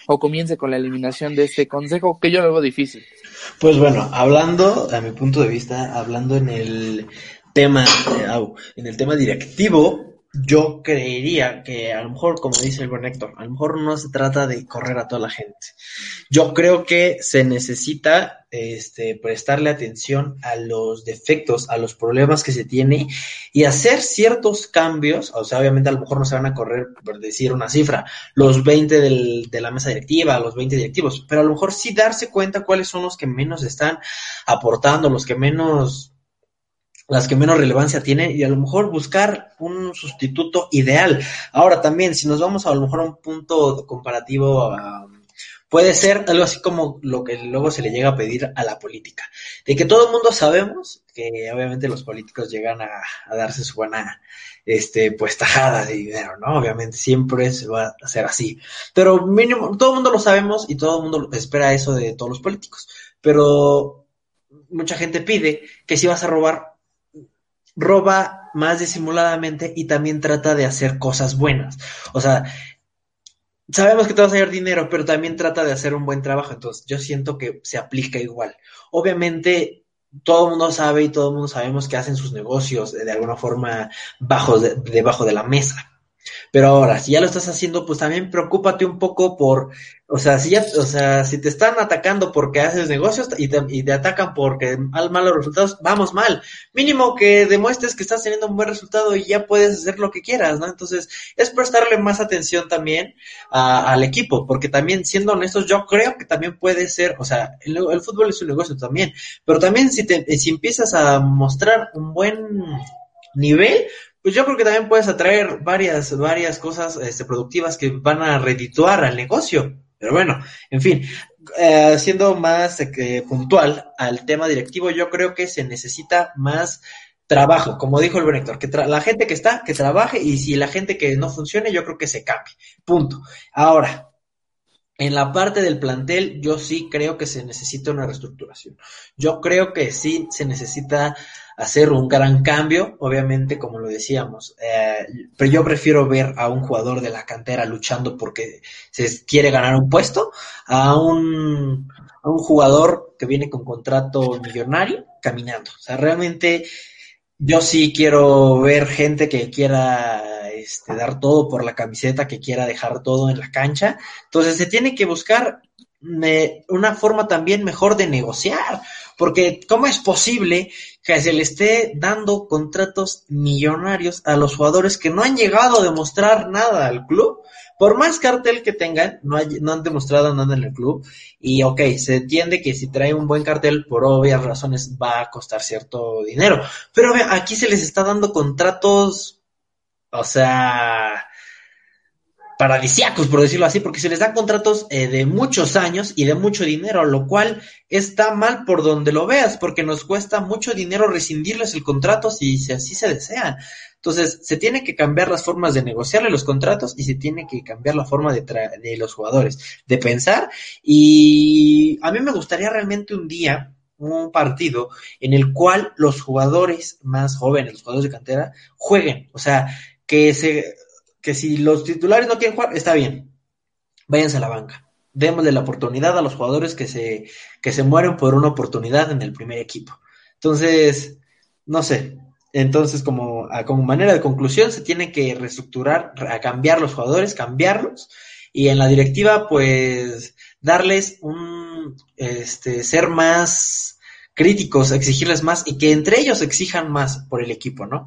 o comience con la eliminación de este consejo, que yo lo veo difícil. Pues bueno, hablando, a mi punto de vista, hablando en el tema, eh, au, en el tema directivo, yo creería que a lo mejor, como dice el buen Héctor, a lo mejor no se trata de correr a toda la gente. Yo creo que se necesita este, prestarle atención a los defectos, a los problemas que se tiene y hacer ciertos cambios. O sea, obviamente a lo mejor no se van a correr, por decir una cifra, los veinte del, de la mesa directiva, los veinte directivos, pero a lo mejor sí darse cuenta cuáles son los que menos están aportando, los que menos... las que menos relevancia tienen y a lo mejor buscar un sustituto ideal. Ahora también, si nos vamos a, a lo mejor a un punto comparativo, uh, puede ser algo así como lo que luego se le llega a pedir a la política, de que todo el mundo sabemos que obviamente los políticos llegan a, a darse su buena este pues tajada de dinero, ¿no? Obviamente siempre se va a hacer así, pero mínimo, todo el mundo lo sabemos y todo el mundo espera eso de todos los políticos, pero mucha gente pide que si vas a robar, roba más disimuladamente y también trata de hacer cosas buenas. O sea, sabemos que te vas a dar dinero, pero también trata de hacer un buen trabajo. Entonces, yo siento que se aplica igual. Obviamente, todo el mundo sabe y todo el mundo sabemos que hacen sus negocios de alguna forma bajo de, debajo de la mesa. Pero ahora, si ya lo estás haciendo, pues también preocúpate un poco por, o sea, si ya, o sea, si te están atacando porque haces negocios y te, y te atacan porque hay malos resultados, vamos mal. Mínimo que demuestres que estás teniendo un buen resultado y ya puedes hacer lo que quieras, ¿no? Entonces, es prestarle más atención también a, al equipo, porque también, siendo honestos, yo creo que también puede ser, o sea, el, el fútbol es un negocio también, pero también si te, si empiezas a mostrar un buen nivel, pues yo creo que también puedes atraer varias, varias cosas este, productivas que van a redituar al negocio. Pero bueno, en fin, eh, siendo más eh, puntual al tema directivo, yo creo que se necesita más trabajo, como dijo el buen Héctor, que tra- la gente que está, que trabaje, y si la gente que no funcione, yo creo que se cambie. Punto. Ahora, en la parte del plantel, yo sí creo que se necesita una reestructuración. Yo creo que sí se necesita hacer un gran cambio, obviamente, como lo decíamos, eh, pero yo prefiero ver a un jugador de la cantera luchando porque se quiere ganar un puesto, a un, a un jugador que viene con contrato millonario caminando. O sea, realmente yo sí quiero ver gente que quiera este, dar todo por la camiseta, que quiera dejar todo en la cancha. Entonces se tiene que buscar me, una forma también mejor de negociar, porque ¿cómo es posible que se le esté dando contratos millonarios a los jugadores que no han llegado a demostrar nada al club? Por más cartel que tengan, no, hay, no han demostrado nada en el club. Y ok, se entiende que si trae un buen cartel, por obvias razones, va a costar cierto dinero. Pero aquí se les está dando contratos, o sea, paradisíacos, por decirlo así, porque se les dan contratos eh, de muchos años y de mucho dinero, lo cual está mal por donde lo veas, porque nos cuesta mucho dinero rescindirles el contrato si, si así se desean. Entonces, se tiene que cambiar las formas de negociarle los contratos y se tiene que cambiar la forma de, tra- de los jugadores, de pensar. Y a mí me gustaría realmente un día, un partido, en el cual los jugadores más jóvenes, los jugadores de cantera, jueguen. O sea, que se que si los titulares no quieren jugar, está bien, váyanse a la banca. Démosle la oportunidad a los jugadores que se, que se mueren por una oportunidad en el primer equipo. Entonces, no sé. Entonces, como, como manera de conclusión, se tiene que reestructurar, a cambiar los jugadores, cambiarlos, y en la directiva, pues, darles un, este, ser más críticos, exigirles más, y que entre ellos exijan más por el equipo, ¿no?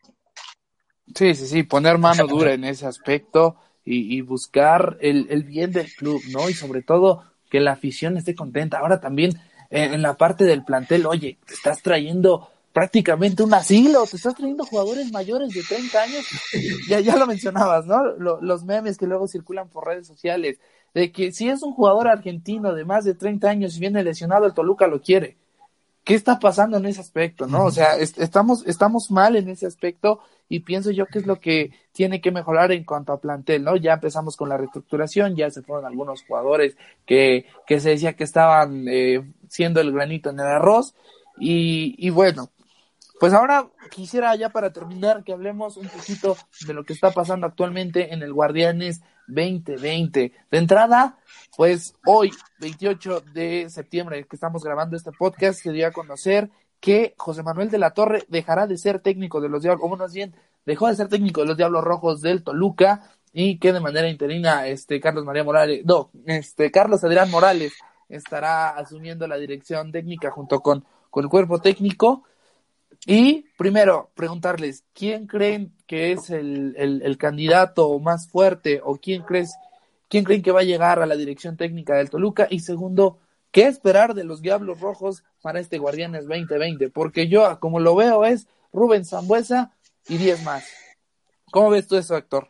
Sí, sí, sí, poner mano dura en ese aspecto y, y buscar el, el bien del club, ¿no? Y sobre todo que la afición esté contenta. Ahora también en, en la parte del plantel, oye, te estás trayendo prácticamente un asilo, te estás trayendo jugadores mayores de treinta años, ya, ya lo mencionabas, ¿no? Lo, los memes que luego circulan por redes sociales, de que si es un jugador argentino de más de treinta años y viene lesionado, el Toluca lo quiere. ¿Qué está pasando en ese aspecto, no? O sea, est- estamos, estamos mal en ese aspecto y pienso yo que es lo que tiene que mejorar en cuanto a plantel, ¿no? Ya empezamos con la reestructuración, ya se fueron algunos jugadores que, que se decía que estaban eh, siendo el granito en el arroz y, y bueno, pues ahora quisiera ya para terminar que hablemos un poquito de lo que está pasando actualmente en el Guardianes veinte veinte. De entrada, pues hoy, veintiocho de septiembre, que estamos grabando este podcast, se dio a conocer que José Manuel de la Torre dejará de ser técnico de los Diablos, o más bien, dejó de ser técnico de los Diablos Rojos del Toluca, y que de manera interina, este, Carlos María Morales, no, este, Carlos Adrián Morales estará asumiendo la dirección técnica junto con, con el cuerpo técnico. Y primero, preguntarles, ¿quién creen que es el, el, el candidato más fuerte, o quién crees, quién creen que va a llegar a la dirección técnica del Toluca? Y segundo, ¿qué esperar de los Diablos Rojos para este Guardianes veinte veinte? Porque yo, como lo veo, es Rubén Sambueza y diez más. ¿Cómo ves tú eso, Héctor?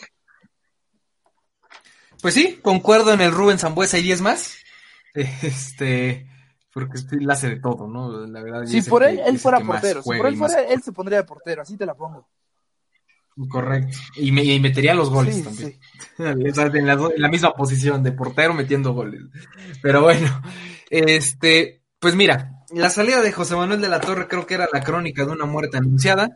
Pues sí, concuerdo en el Rubén Sambueza y diez más. Este, porque él hace de todo, ¿no? La verdad. Si por él, él fuera portero, si por él fuera, él se pondría de portero, así te la pongo. Correcto. Y, me, y metería los goles sí, también. Sí. en, la, en la misma posición de portero metiendo goles. Pero bueno, este, pues mira, la salida de José Manuel de la Torre creo que era la crónica de una muerte anunciada.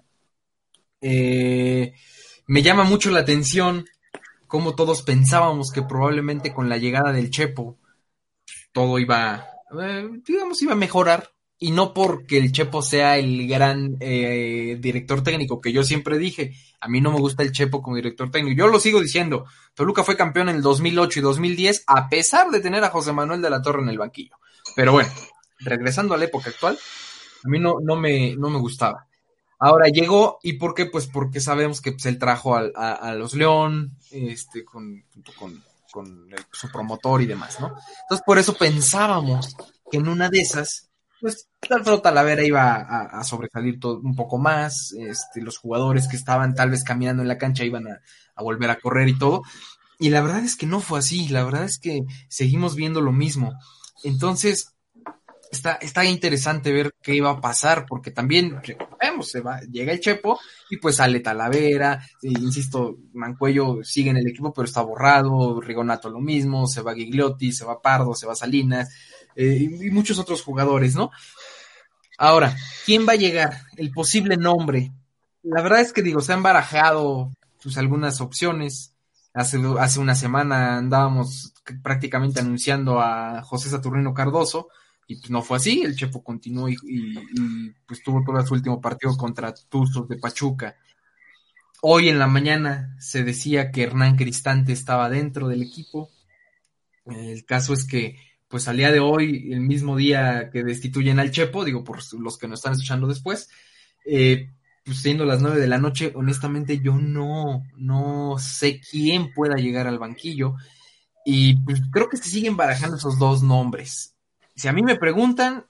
Eh, me llama mucho la atención cómo todos pensábamos que probablemente con la llegada del Chepo todo iba, eh, digamos, iba a mejorar. Y no porque el Chepo sea el gran eh, director técnico, que yo siempre dije, a mí no me gusta el Chepo como director técnico. Yo lo sigo diciendo, Toluca fue campeón en el dos mil ocho y dos mil diez, a pesar de tener a José Manuel de la Torre en el banquillo. Pero bueno, regresando a la época actual, a mí no, no, me, no me gustaba. Ahora llegó, ¿y por qué? Pues porque sabemos que pues, él trajo a, a, a los León, este, con, junto con, con el, su promotor y demás, ¿no? Entonces por eso pensábamos que en una de esas, pues Alfredo Talavera iba a, a sobresalir todo, un poco más, este, los jugadores que estaban tal vez caminando en la cancha iban a, a volver a correr y todo, y la verdad es que no fue así, la verdad es que seguimos viendo lo mismo. Entonces está, está interesante ver qué iba a pasar, porque también vemos, se va, llega el Chepo y pues sale Talavera, eh, insisto, Mancuello sigue en el equipo pero está borrado, Rigonato lo mismo, se va Gigliotti, se va Pardo, se va Salinas, eh, y, y muchos otros jugadores, ¿no? Ahora, ¿quién va a llegar? El posible nombre. La verdad es que digo, se han barajado pues algunas opciones. Hace, hace una semana andábamos prácticamente anunciando a José Saturnino Cardoso, y pues no fue así, el Chepo continuó y, y, y pues tuvo todo su último partido contra Tuzos de Pachuca. Hoy en la mañana se decía que Hernán Cristante estaba dentro del equipo. El caso es que pues al día de hoy, el mismo día que destituyen al Chepo, digo por los que nos están escuchando después, eh, pues siendo las nueve de la noche, honestamente yo no, no sé quién pueda llegar al banquillo, y pues creo que se siguen barajando esos dos nombres. Si a mí me preguntan,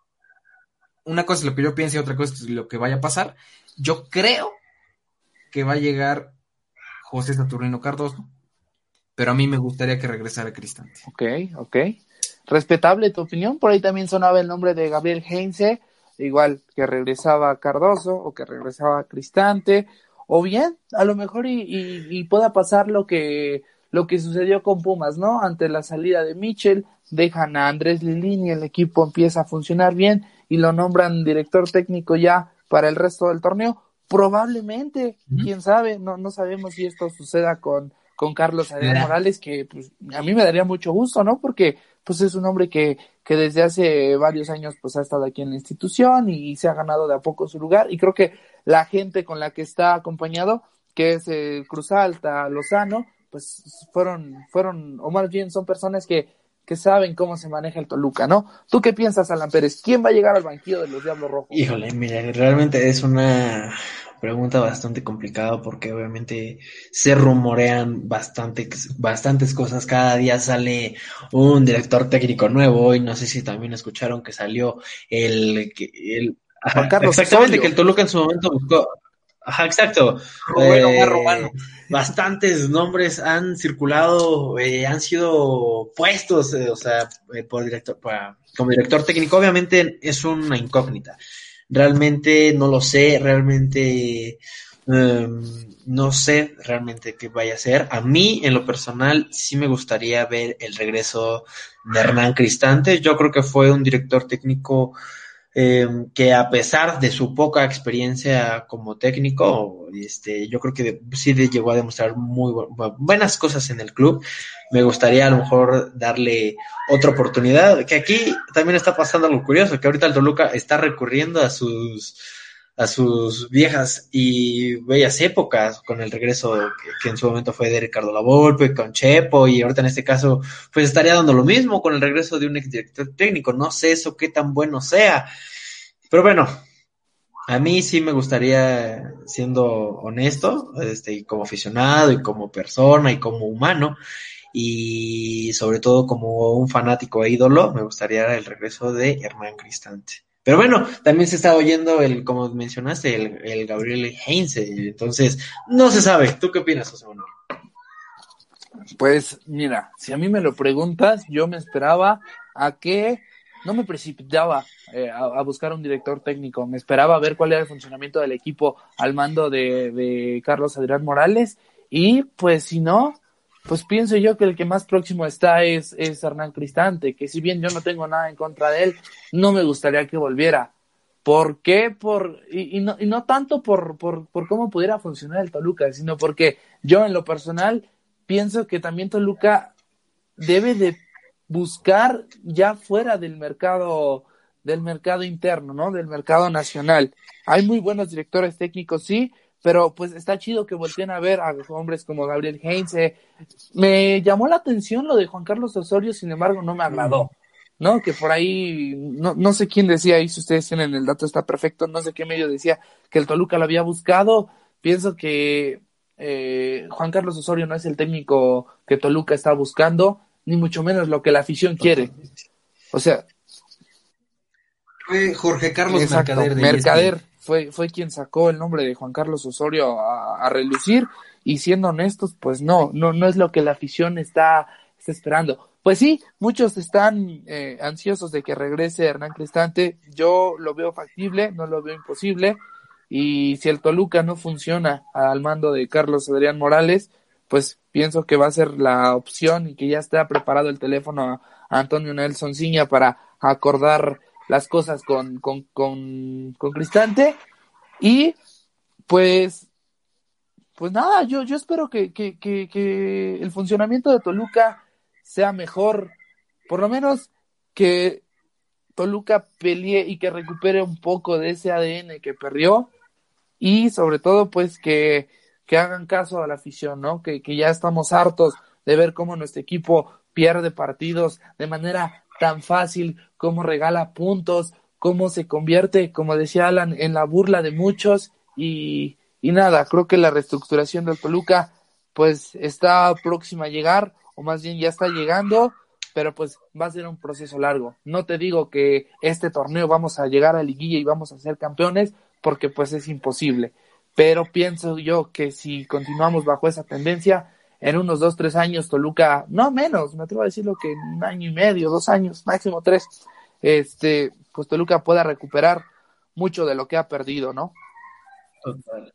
una cosa es lo que yo pienso y otra cosa es lo que vaya a pasar. Yo creo que va a llegar José Saturnino Cardoso, pero a mí me gustaría que regresara Cristante. Ok, ok. Respetable tu opinión. Por ahí también sonaba el nombre de Gabriel Heinze, igual que regresaba Cardoso o que regresaba Cristante, o bien a lo mejor y, y, y pueda pasar lo que lo que sucedió con Pumas, ¿no? Ante la salida de Mitchell, dejan a Andrés Lilini, el equipo empieza a funcionar bien y lo nombran director técnico ya para el resto del torneo. Probablemente, uh-huh. quién sabe, no, no sabemos si esto suceda con, con Carlos Adrián Morales, que pues a mí me daría mucho gusto, ¿no? Porque pues es un hombre que, que desde hace varios años pues ha estado aquí en la institución y, y se ha ganado de a poco su lugar, y creo que la gente con la que está acompañado, que es eh, Cruz Alta, Lozano, pues fueron, fueron, o más bien son personas que, que saben cómo se maneja el Toluca, ¿no? ¿Tú qué piensas, Alan Pérez? ¿Quién va a llegar al banquillo de los Diablos Rojos? Híjole, mira, realmente es una pregunta bastante complicada porque obviamente se rumorean bastante, bastantes cosas. Cada día sale un director técnico nuevo y no sé si también escucharon que salió el... el Juan Carlos exactamente, Osorio. Que el Toluca en su momento buscó... Ajá, exacto. Rubén Omar Romano. Bastantes nombres han circulado, eh, han sido puestos, eh, o sea, eh, por director, para, como director técnico. Obviamente es una incógnita. Realmente no lo sé, realmente um, no sé realmente qué vaya a ser. A mí, en lo personal, sí me gustaría ver el regreso de Hernán Cristante. Yo creo que fue un director técnico eh, que a pesar de su poca experiencia como técnico, este, yo creo que de, sí de, llegó a demostrar muy bu- buenas cosas en el club. Me gustaría a lo mejor darle otra oportunidad, que aquí también está pasando algo curioso, que ahorita el Toluca está recurriendo a sus a sus viejas y bellas épocas con el regreso que, que en su momento fue de Ricardo Lavolpe, con Chepo, y ahorita en este caso pues estaría dando lo mismo con el regreso de un exdirector técnico. No sé eso qué tan bueno sea, pero bueno, a mí sí me gustaría, siendo honesto, este, y como aficionado y como persona y como humano, y sobre todo como un fanático e ídolo, me gustaría el regreso de Hernán Cristante. Pero bueno, también se está oyendo el, como mencionaste, el, el Gabriel Heinze, entonces no se sabe. ¿Tú qué opinas, José Manuel? Pues mira, si a mí me lo preguntas, yo me esperaba a que no me precipitaba eh, a, a buscar un director técnico, me esperaba a ver cuál era el funcionamiento del equipo al mando de, de Carlos Adrián Morales, y pues si no, pues pienso yo que el que más próximo está es, es Hernán Cristante, que si bien yo no tengo nada en contra de él, no me gustaría que volviera. ¿Por qué? Por, y, y, no, y no tanto por, por, por cómo pudiera funcionar el Toluca, sino porque yo en lo personal pienso que también Toluca debe de buscar ya fuera del mercado, del mercado interno, ¿no? Del mercado nacional. Hay muy buenos directores técnicos, sí, pero pues está chido que volteen a ver a hombres como Gabriel Heinze. Me llamó la atención lo de Juan Carlos Osorio, sin embargo no me agradó, ¿no? Que por ahí, no, no sé quién decía ahí, si ustedes tienen el dato está perfecto, no sé qué medio decía que el Toluca lo había buscado. Pienso que eh, Juan Carlos Osorio no es el técnico que Toluca está buscando, ni mucho menos lo que la afición quiere. O sea, Fue Jorge Carlos exacto, Mercader de Mercader E S P N. fue, fue quien sacó el nombre de Juan Carlos Osorio a, a relucir, y siendo honestos, pues no, no, no es lo que la afición está, está esperando. Pues sí, muchos están eh, ansiosos de que regrese Hernán Cristante. Yo lo veo factible, no lo veo imposible, y si el Toluca no funciona al mando de Carlos Adrián Morales, pues pienso que va a ser la opción, y que ya está preparado el teléfono a, a Antonio Nelson Ciña para acordar las cosas con, con, con, con Cristante. Y pues, pues nada, yo, yo espero que, que, que, que el funcionamiento de Toluca sea mejor, por lo menos que Toluca pelee y que recupere un poco de ese A D N que perdió, y sobre todo pues que, que hagan caso a la afición, ¿no? Que, que ya estamos hartos de ver cómo nuestro equipo pierde partidos de manera tan fácil, cómo regala puntos, cómo se convierte, como decía Alan, en la burla de muchos. Y, y nada, creo que la reestructuración del Toluca pues está próxima a llegar, o más bien ya está llegando, pero pues va a ser un proceso largo. No te digo que este torneo vamos a llegar a liguilla y vamos a ser campeones, porque pues es imposible, pero pienso yo que si continuamos bajo esa tendencia, en unos dos, tres años Toluca, no menos, me atrevo a decirlo, que en un año y medio, dos años, máximo tres, este, pues Toluca pueda recuperar mucho de lo que ha perdido, ¿no? Total.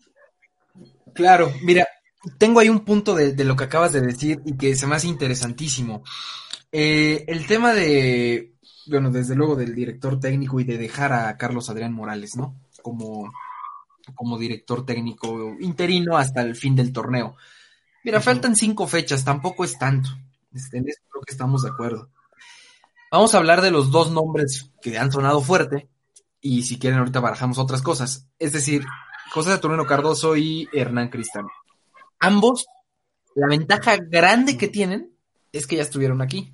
Claro, mira, tengo ahí un punto de, de lo que acabas de decir y que se me hace interesantísimo. Eh, el tema de, bueno, desde luego del director técnico y de dejar a Carlos Adrián Morales, ¿no? Como, como director técnico interino hasta el fin del torneo. Mira, uh-huh. Faltan cinco fechas, tampoco es tanto. Este, en eso creo que estamos de acuerdo. Vamos a hablar de los dos nombres que han sonado fuerte, y si quieren ahorita barajamos otras cosas. Es decir, José Saturnino Cardoso y Hernán Cristante. Ambos, la ventaja grande que tienen es que ya estuvieron aquí.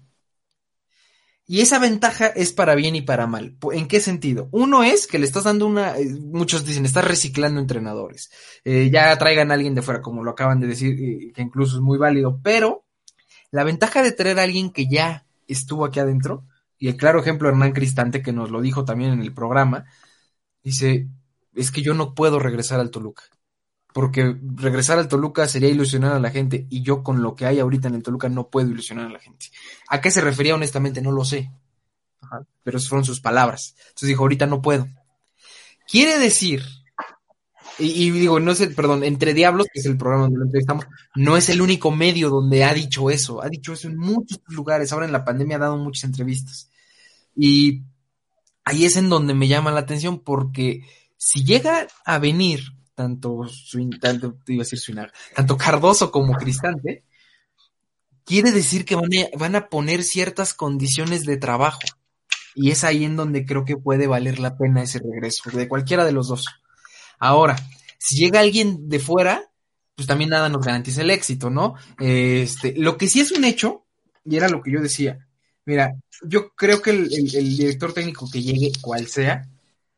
Y esa ventaja es para bien y para mal. ¿En qué sentido? Uno es que le estás dando una... Muchos dicen, estás reciclando entrenadores. Eh, ya traigan a alguien de fuera, como lo acaban de decir, eh, que incluso es muy válido. Pero la ventaja de traer a alguien que ya estuvo aquí adentro, y el claro ejemplo Hernán Cristante, que nos lo dijo también en el programa, dice, es que yo no puedo regresar al Toluca. Porque regresar al Toluca sería ilusionar a la gente, y yo con lo que hay ahorita en el Toluca no puedo ilusionar a la gente. ¿A qué se refería honestamente? No lo sé. Ajá. Pero esas fueron sus palabras. Entonces dijo, ahorita no puedo. Quiere decir, y, y digo, no sé, perdón, Entre Diablos, que es el programa donde lo entrevistamos, no es el único medio donde ha dicho eso. Ha dicho eso en muchos lugares. Ahora en la pandemia ha dado muchas entrevistas. Y ahí es en donde me llama la atención, porque si llega a venir tanto, Swin, tanto iba a decir Swinag, tanto Cardoso como Cristante, quiere decir que van a, van a poner ciertas condiciones de trabajo. Y es ahí en donde creo que puede valer la pena ese regreso, de cualquiera de los dos. Ahora, si llega alguien de fuera, pues también nada nos garantiza el éxito, ¿no? Este, lo que sí es un hecho, y era lo que yo decía, mira, yo creo que el, el, el director técnico que llegue, cual sea,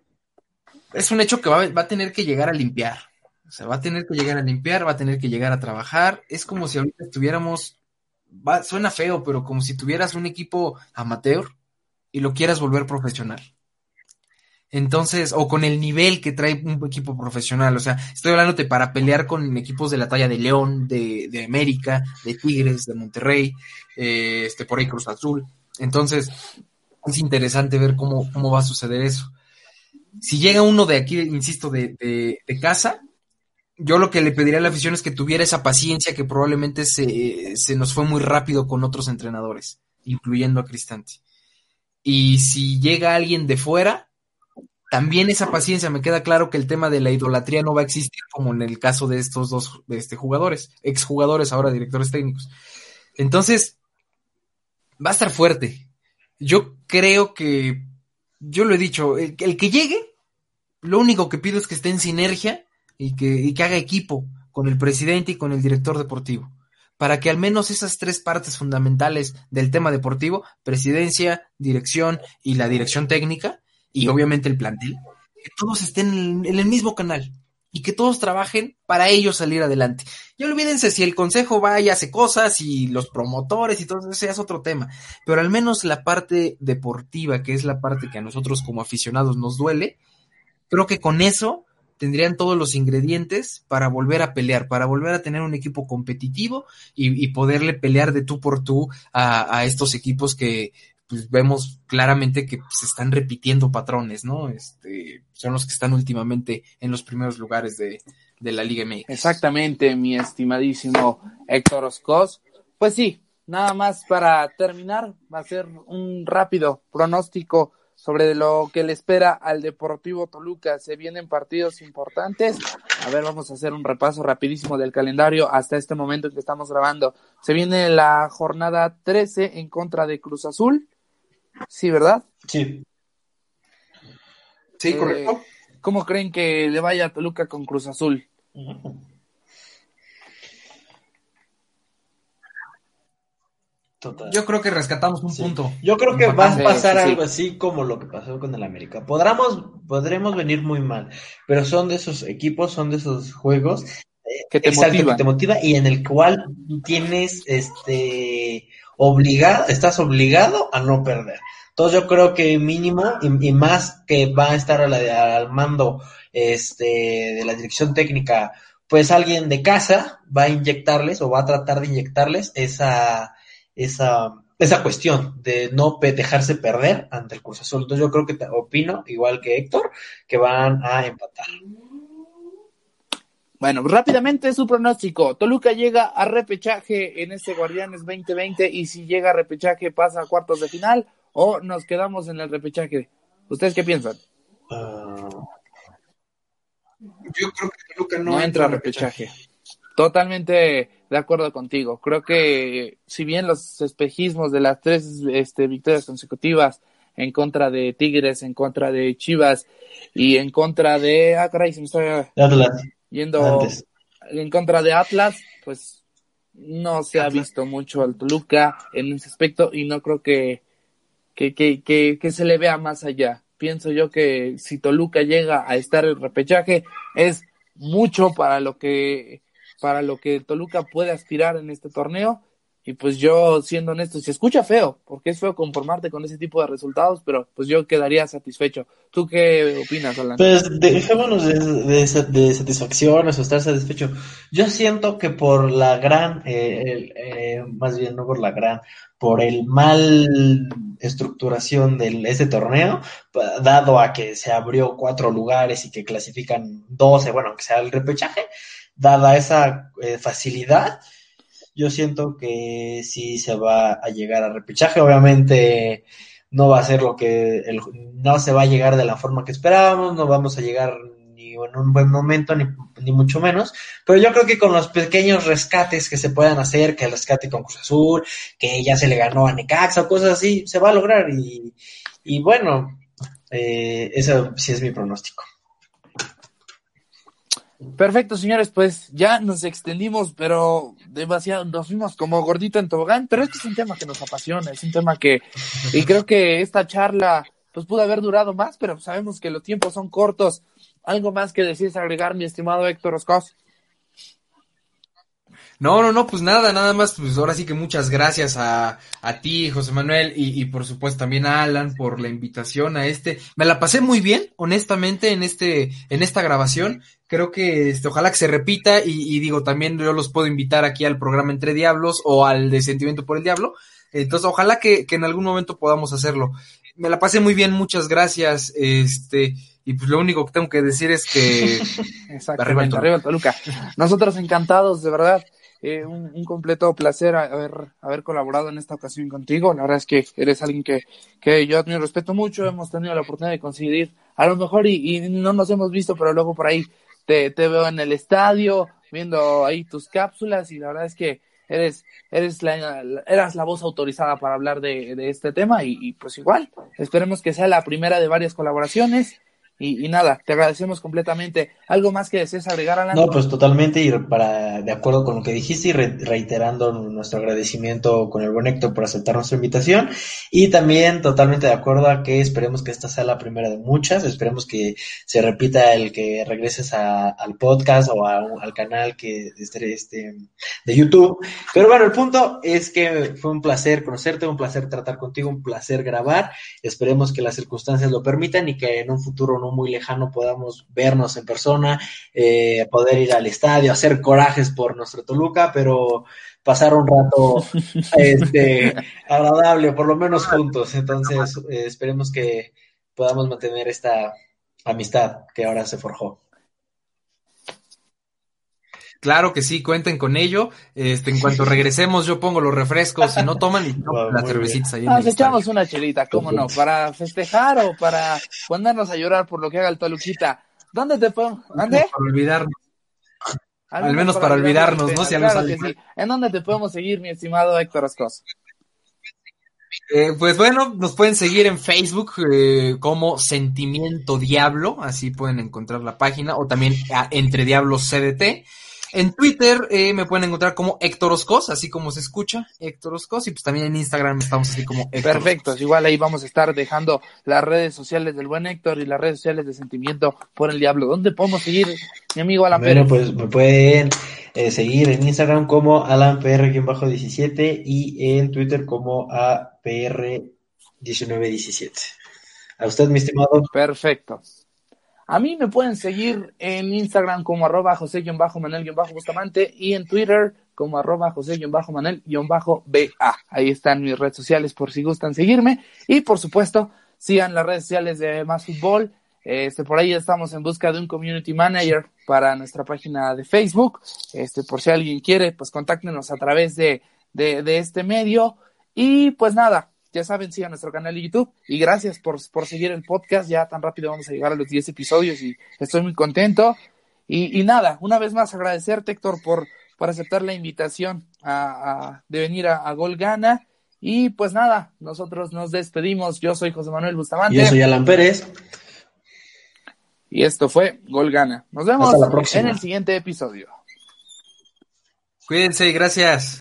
es un hecho que va, va a tener que llegar a limpiar. O sea, va a tener que llegar a limpiar, va a tener que llegar a trabajar. Es como si ahorita estuviéramos, va, suena feo, pero como si tuvieras un equipo amateur y lo quieras volver profesional. Entonces, o con el nivel que trae un equipo profesional, o sea, estoy hablándote para pelear con equipos de la talla de León, de, de América, de Tigres, de Monterrey, eh, este, por ahí Cruz Azul. Entonces, es interesante ver cómo, cómo va a suceder eso. Si llega uno de aquí, insisto, de, de, de casa, yo lo que le pediría a la afición es que tuviera esa paciencia que probablemente se, se nos fue muy rápido con otros entrenadores, incluyendo a Cristante. Y si llega alguien de fuera, también esa paciencia. Me queda claro que el tema de la idolatría no va a existir, como en el caso de estos dos de este, jugadores, exjugadores, ahora directores técnicos. Entonces, va a estar fuerte. Yo creo que, yo lo he dicho, el, el que llegue, lo único que pido es que esté en sinergia y que, y que haga equipo con el presidente y con el director deportivo, para que al menos esas tres partes fundamentales del tema deportivo, presidencia, dirección y la dirección técnica, y obviamente el plantel, que todos estén en el mismo canal y que todos trabajen para ellos salir adelante. Y olvídense si el consejo va y hace cosas y los promotores y todo eso, ese es otro tema, pero al menos la parte deportiva, que es la parte que a nosotros como aficionados nos duele, creo que con eso tendrían todos los ingredientes para volver a pelear, para volver a tener un equipo competitivo y, y poderle pelear de tú por tú a, a estos equipos que pues vemos claramente que se están repitiendo patrones, ¿no? Este, son los que están últimamente en los primeros lugares de, de la Liga M X. Exactamente, mi estimadísimo Héctor Oscos. Pues sí, nada más para terminar, va a ser un rápido pronóstico sobre lo que le espera al Deportivo Toluca. Se vienen partidos importantes. A ver, vamos a hacer un repaso rapidísimo del calendario hasta este momento en que estamos grabando. Se viene la jornada trece en contra de Cruz Azul. Sí, ¿verdad? Sí. Sí, correcto. Eh, ¿Cómo creen que le vaya a Toluca con Cruz Azul? Total. Yo creo que rescatamos un sí. punto. Yo creo que va a pasar sí, sí, algo sí. así como lo que pasó con el América. Podremos, podremos venir muy mal, pero son de esos equipos, son de esos juegos eh, que te exacto, motivan. que te motiva y en el cual tienes este obligado, estás obligado a no perder. Entonces yo creo que mínimo y, y más que va a estar a la, al mando este de la dirección técnica, pues alguien de casa va a inyectarles o va a tratar de inyectarles esa esa esa cuestión de no dejarse perder ante el Cruz Azul. Entonces yo creo que te, opino, igual que Héctor, que van a empatar. Bueno, rápidamente su pronóstico. Toluca llega a repechaje en este Guardianes veinte veinte y si llega a repechaje pasa a cuartos de final o nos quedamos en el repechaje. ¿Ustedes qué piensan? Uh... Yo creo que Toluca no, no entra a repechaje. repechaje. Totalmente de acuerdo contigo. Creo que si bien los espejismos de las tres este, victorias consecutivas en contra de Tigres, en contra de Chivas y en contra de... Ah, caray, se me está Atlas. yendo Antes. En contra de Atlas, pues no se ha visto mucho al Toluca en ese aspecto y no creo que, que, que, que, que se le vea más allá. Pienso yo que si Toluca llega a estar en repechaje es mucho para lo que para lo que Toluca puede aspirar en este torneo y pues yo siendo honesto, se escucha feo, porque es feo conformarte con ese tipo de resultados, pero pues yo quedaría satisfecho. ¿Tú qué opinas, Orlando? Pues dejémonos de, de, de satisfacciones o estar satisfecho. Yo siento que por la gran, eh, el, eh, más bien no por la gran, por el mal estructuración de este torneo, dado a que se abrió cuatro lugares y que clasifican doce, bueno, que sea el repechaje, dada esa eh, facilidad, yo siento que sí se va a llegar a repechaje. Obviamente no va a ser lo que, el, no se va a llegar de la forma que esperábamos, no vamos a llegar ni en un buen momento, ni, ni mucho menos, pero yo creo que con los pequeños rescates que se puedan hacer, que el rescate con Cruz Azul, que ya se le ganó a Necaxa o cosas así, se va a lograr y, y bueno, eh, eso sí es mi pronóstico. Perfecto, señores, pues ya nos extendimos, pero demasiado, nos fuimos como gordito en tobogán, pero este es un tema que nos apasiona, es un tema que, y creo que esta charla, pues pudo haber durado más, pero sabemos que los tiempos son cortos. ¿Algo más que decís agregar, mi estimado Héctor Oscos? No, no, no, pues nada, nada más, pues ahora sí que muchas gracias a, a ti, José Manuel, y, y por supuesto también a Alan por la invitación a este. Me la pasé muy bien, honestamente, en este, en esta grabación. Creo que este, ojalá que se repita, y, y digo, también yo los puedo invitar aquí al programa Entre Diablos o al de Sentimiento por el Diablo. Entonces, ojalá que, que en algún momento podamos hacerlo. Me la pasé muy bien, muchas gracias, este, y pues lo único que tengo que decir es que exactamente, arriba el Toluca. Nosotros encantados, de verdad. Eh, un, un completo placer haber, haber colaborado en esta ocasión contigo. La verdad es que eres alguien que, que yo admiro y respeto mucho. Hemos tenido la oportunidad de coincidir, a lo mejor, y, y no nos hemos visto, pero luego por ahí te, te veo en el estadio, viendo ahí tus cápsulas, y la verdad es que eres, eres la, eras la voz autorizada para hablar de, de este tema, y, y pues igual, esperemos que sea la primera de varias colaboraciones. Y, y nada, te agradecemos completamente. ¿Algo más que desees agregar, Alan? No, pues totalmente, y para de acuerdo con lo que dijiste, y re, reiterando nuestro agradecimiento con el buen Héctor por aceptar nuestra invitación, y también totalmente de acuerdo a que esperemos que esta sea la primera de muchas, esperemos que se repita el que regreses a, al podcast o a, al canal que este, este de YouTube. Pero bueno, el punto es que fue un placer conocerte, un placer tratar contigo, un placer grabar. Esperemos que las circunstancias lo permitan y que en un futuro no muy lejano podamos vernos en persona, eh, poder ir al estadio, hacer corajes por nuestro Toluca, pero pasar un rato este agradable, por lo menos juntos. Entonces, eh, esperemos que podamos mantener esta amistad que ahora se forjó. Claro que sí, cuenten con ello. Este, en cuanto regresemos, yo pongo los refrescos, si no toman, y Wow, las cervecitas ahí en Nos el echamos estadio. una chelita, cómo no, para festejar o para ponernos a llorar por lo que haga el Toluquita. ¿Dónde te podemos? ¿Dónde? Para olvidarnos. Al Al menos para olvidarnos, ¿no? Si algo claro sale que mal. sí. ¿En dónde te podemos seguir, mi estimado Héctor Oscos? Eh, pues bueno, nos pueden seguir en Facebook eh, como Sentimiento Diablo, así pueden encontrar la página, o también a Entre Diablos C D T. En Twitter eh, me pueden encontrar como Héctor Oscos, así como se escucha, Héctor Oscos, y pues también en Instagram estamos así como Héctor Perfecto, Oscos. igual ahí vamos a estar dejando las redes sociales del buen Héctor y las redes sociales de Sentimiento por el Diablo. ¿Dónde podemos seguir, mi amigo Alan Bueno, Pérez? pues me pueden eh, seguir en Instagram como alan p r diecisiete y en Twitter como a p r diecinueve diecisiete. A usted, mi estimado. Perfecto. A mí me pueden seguir en Instagram como arroba josé-manuel-bustamante y en Twitter como arroba josé-manuel-ba. Ahí están mis redes sociales por si gustan seguirme. Y por supuesto, sigan las redes sociales de Más Fútbol. Este, por ahí estamos en busca de un community manager para nuestra página de Facebook. Este, por si alguien quiere, pues contáctenos a través de, de, de este medio. Y pues nada, ya saben, sigan nuestro canal de YouTube, y gracias por, por seguir el podcast. Ya tan rápido vamos a llegar a los diez episodios y estoy muy contento. Y, y nada, una vez más agradecerte, Héctor, por, por aceptar la invitación a, a, de venir a, a Gol Gana. Y pues nada, nosotros nos despedimos. Yo soy José Manuel Bustamante. Yo soy Alan Pérez. Y esto fue Gol Gana. Nos vemos Hasta la próxima. en el siguiente episodio. Cuídense y gracias.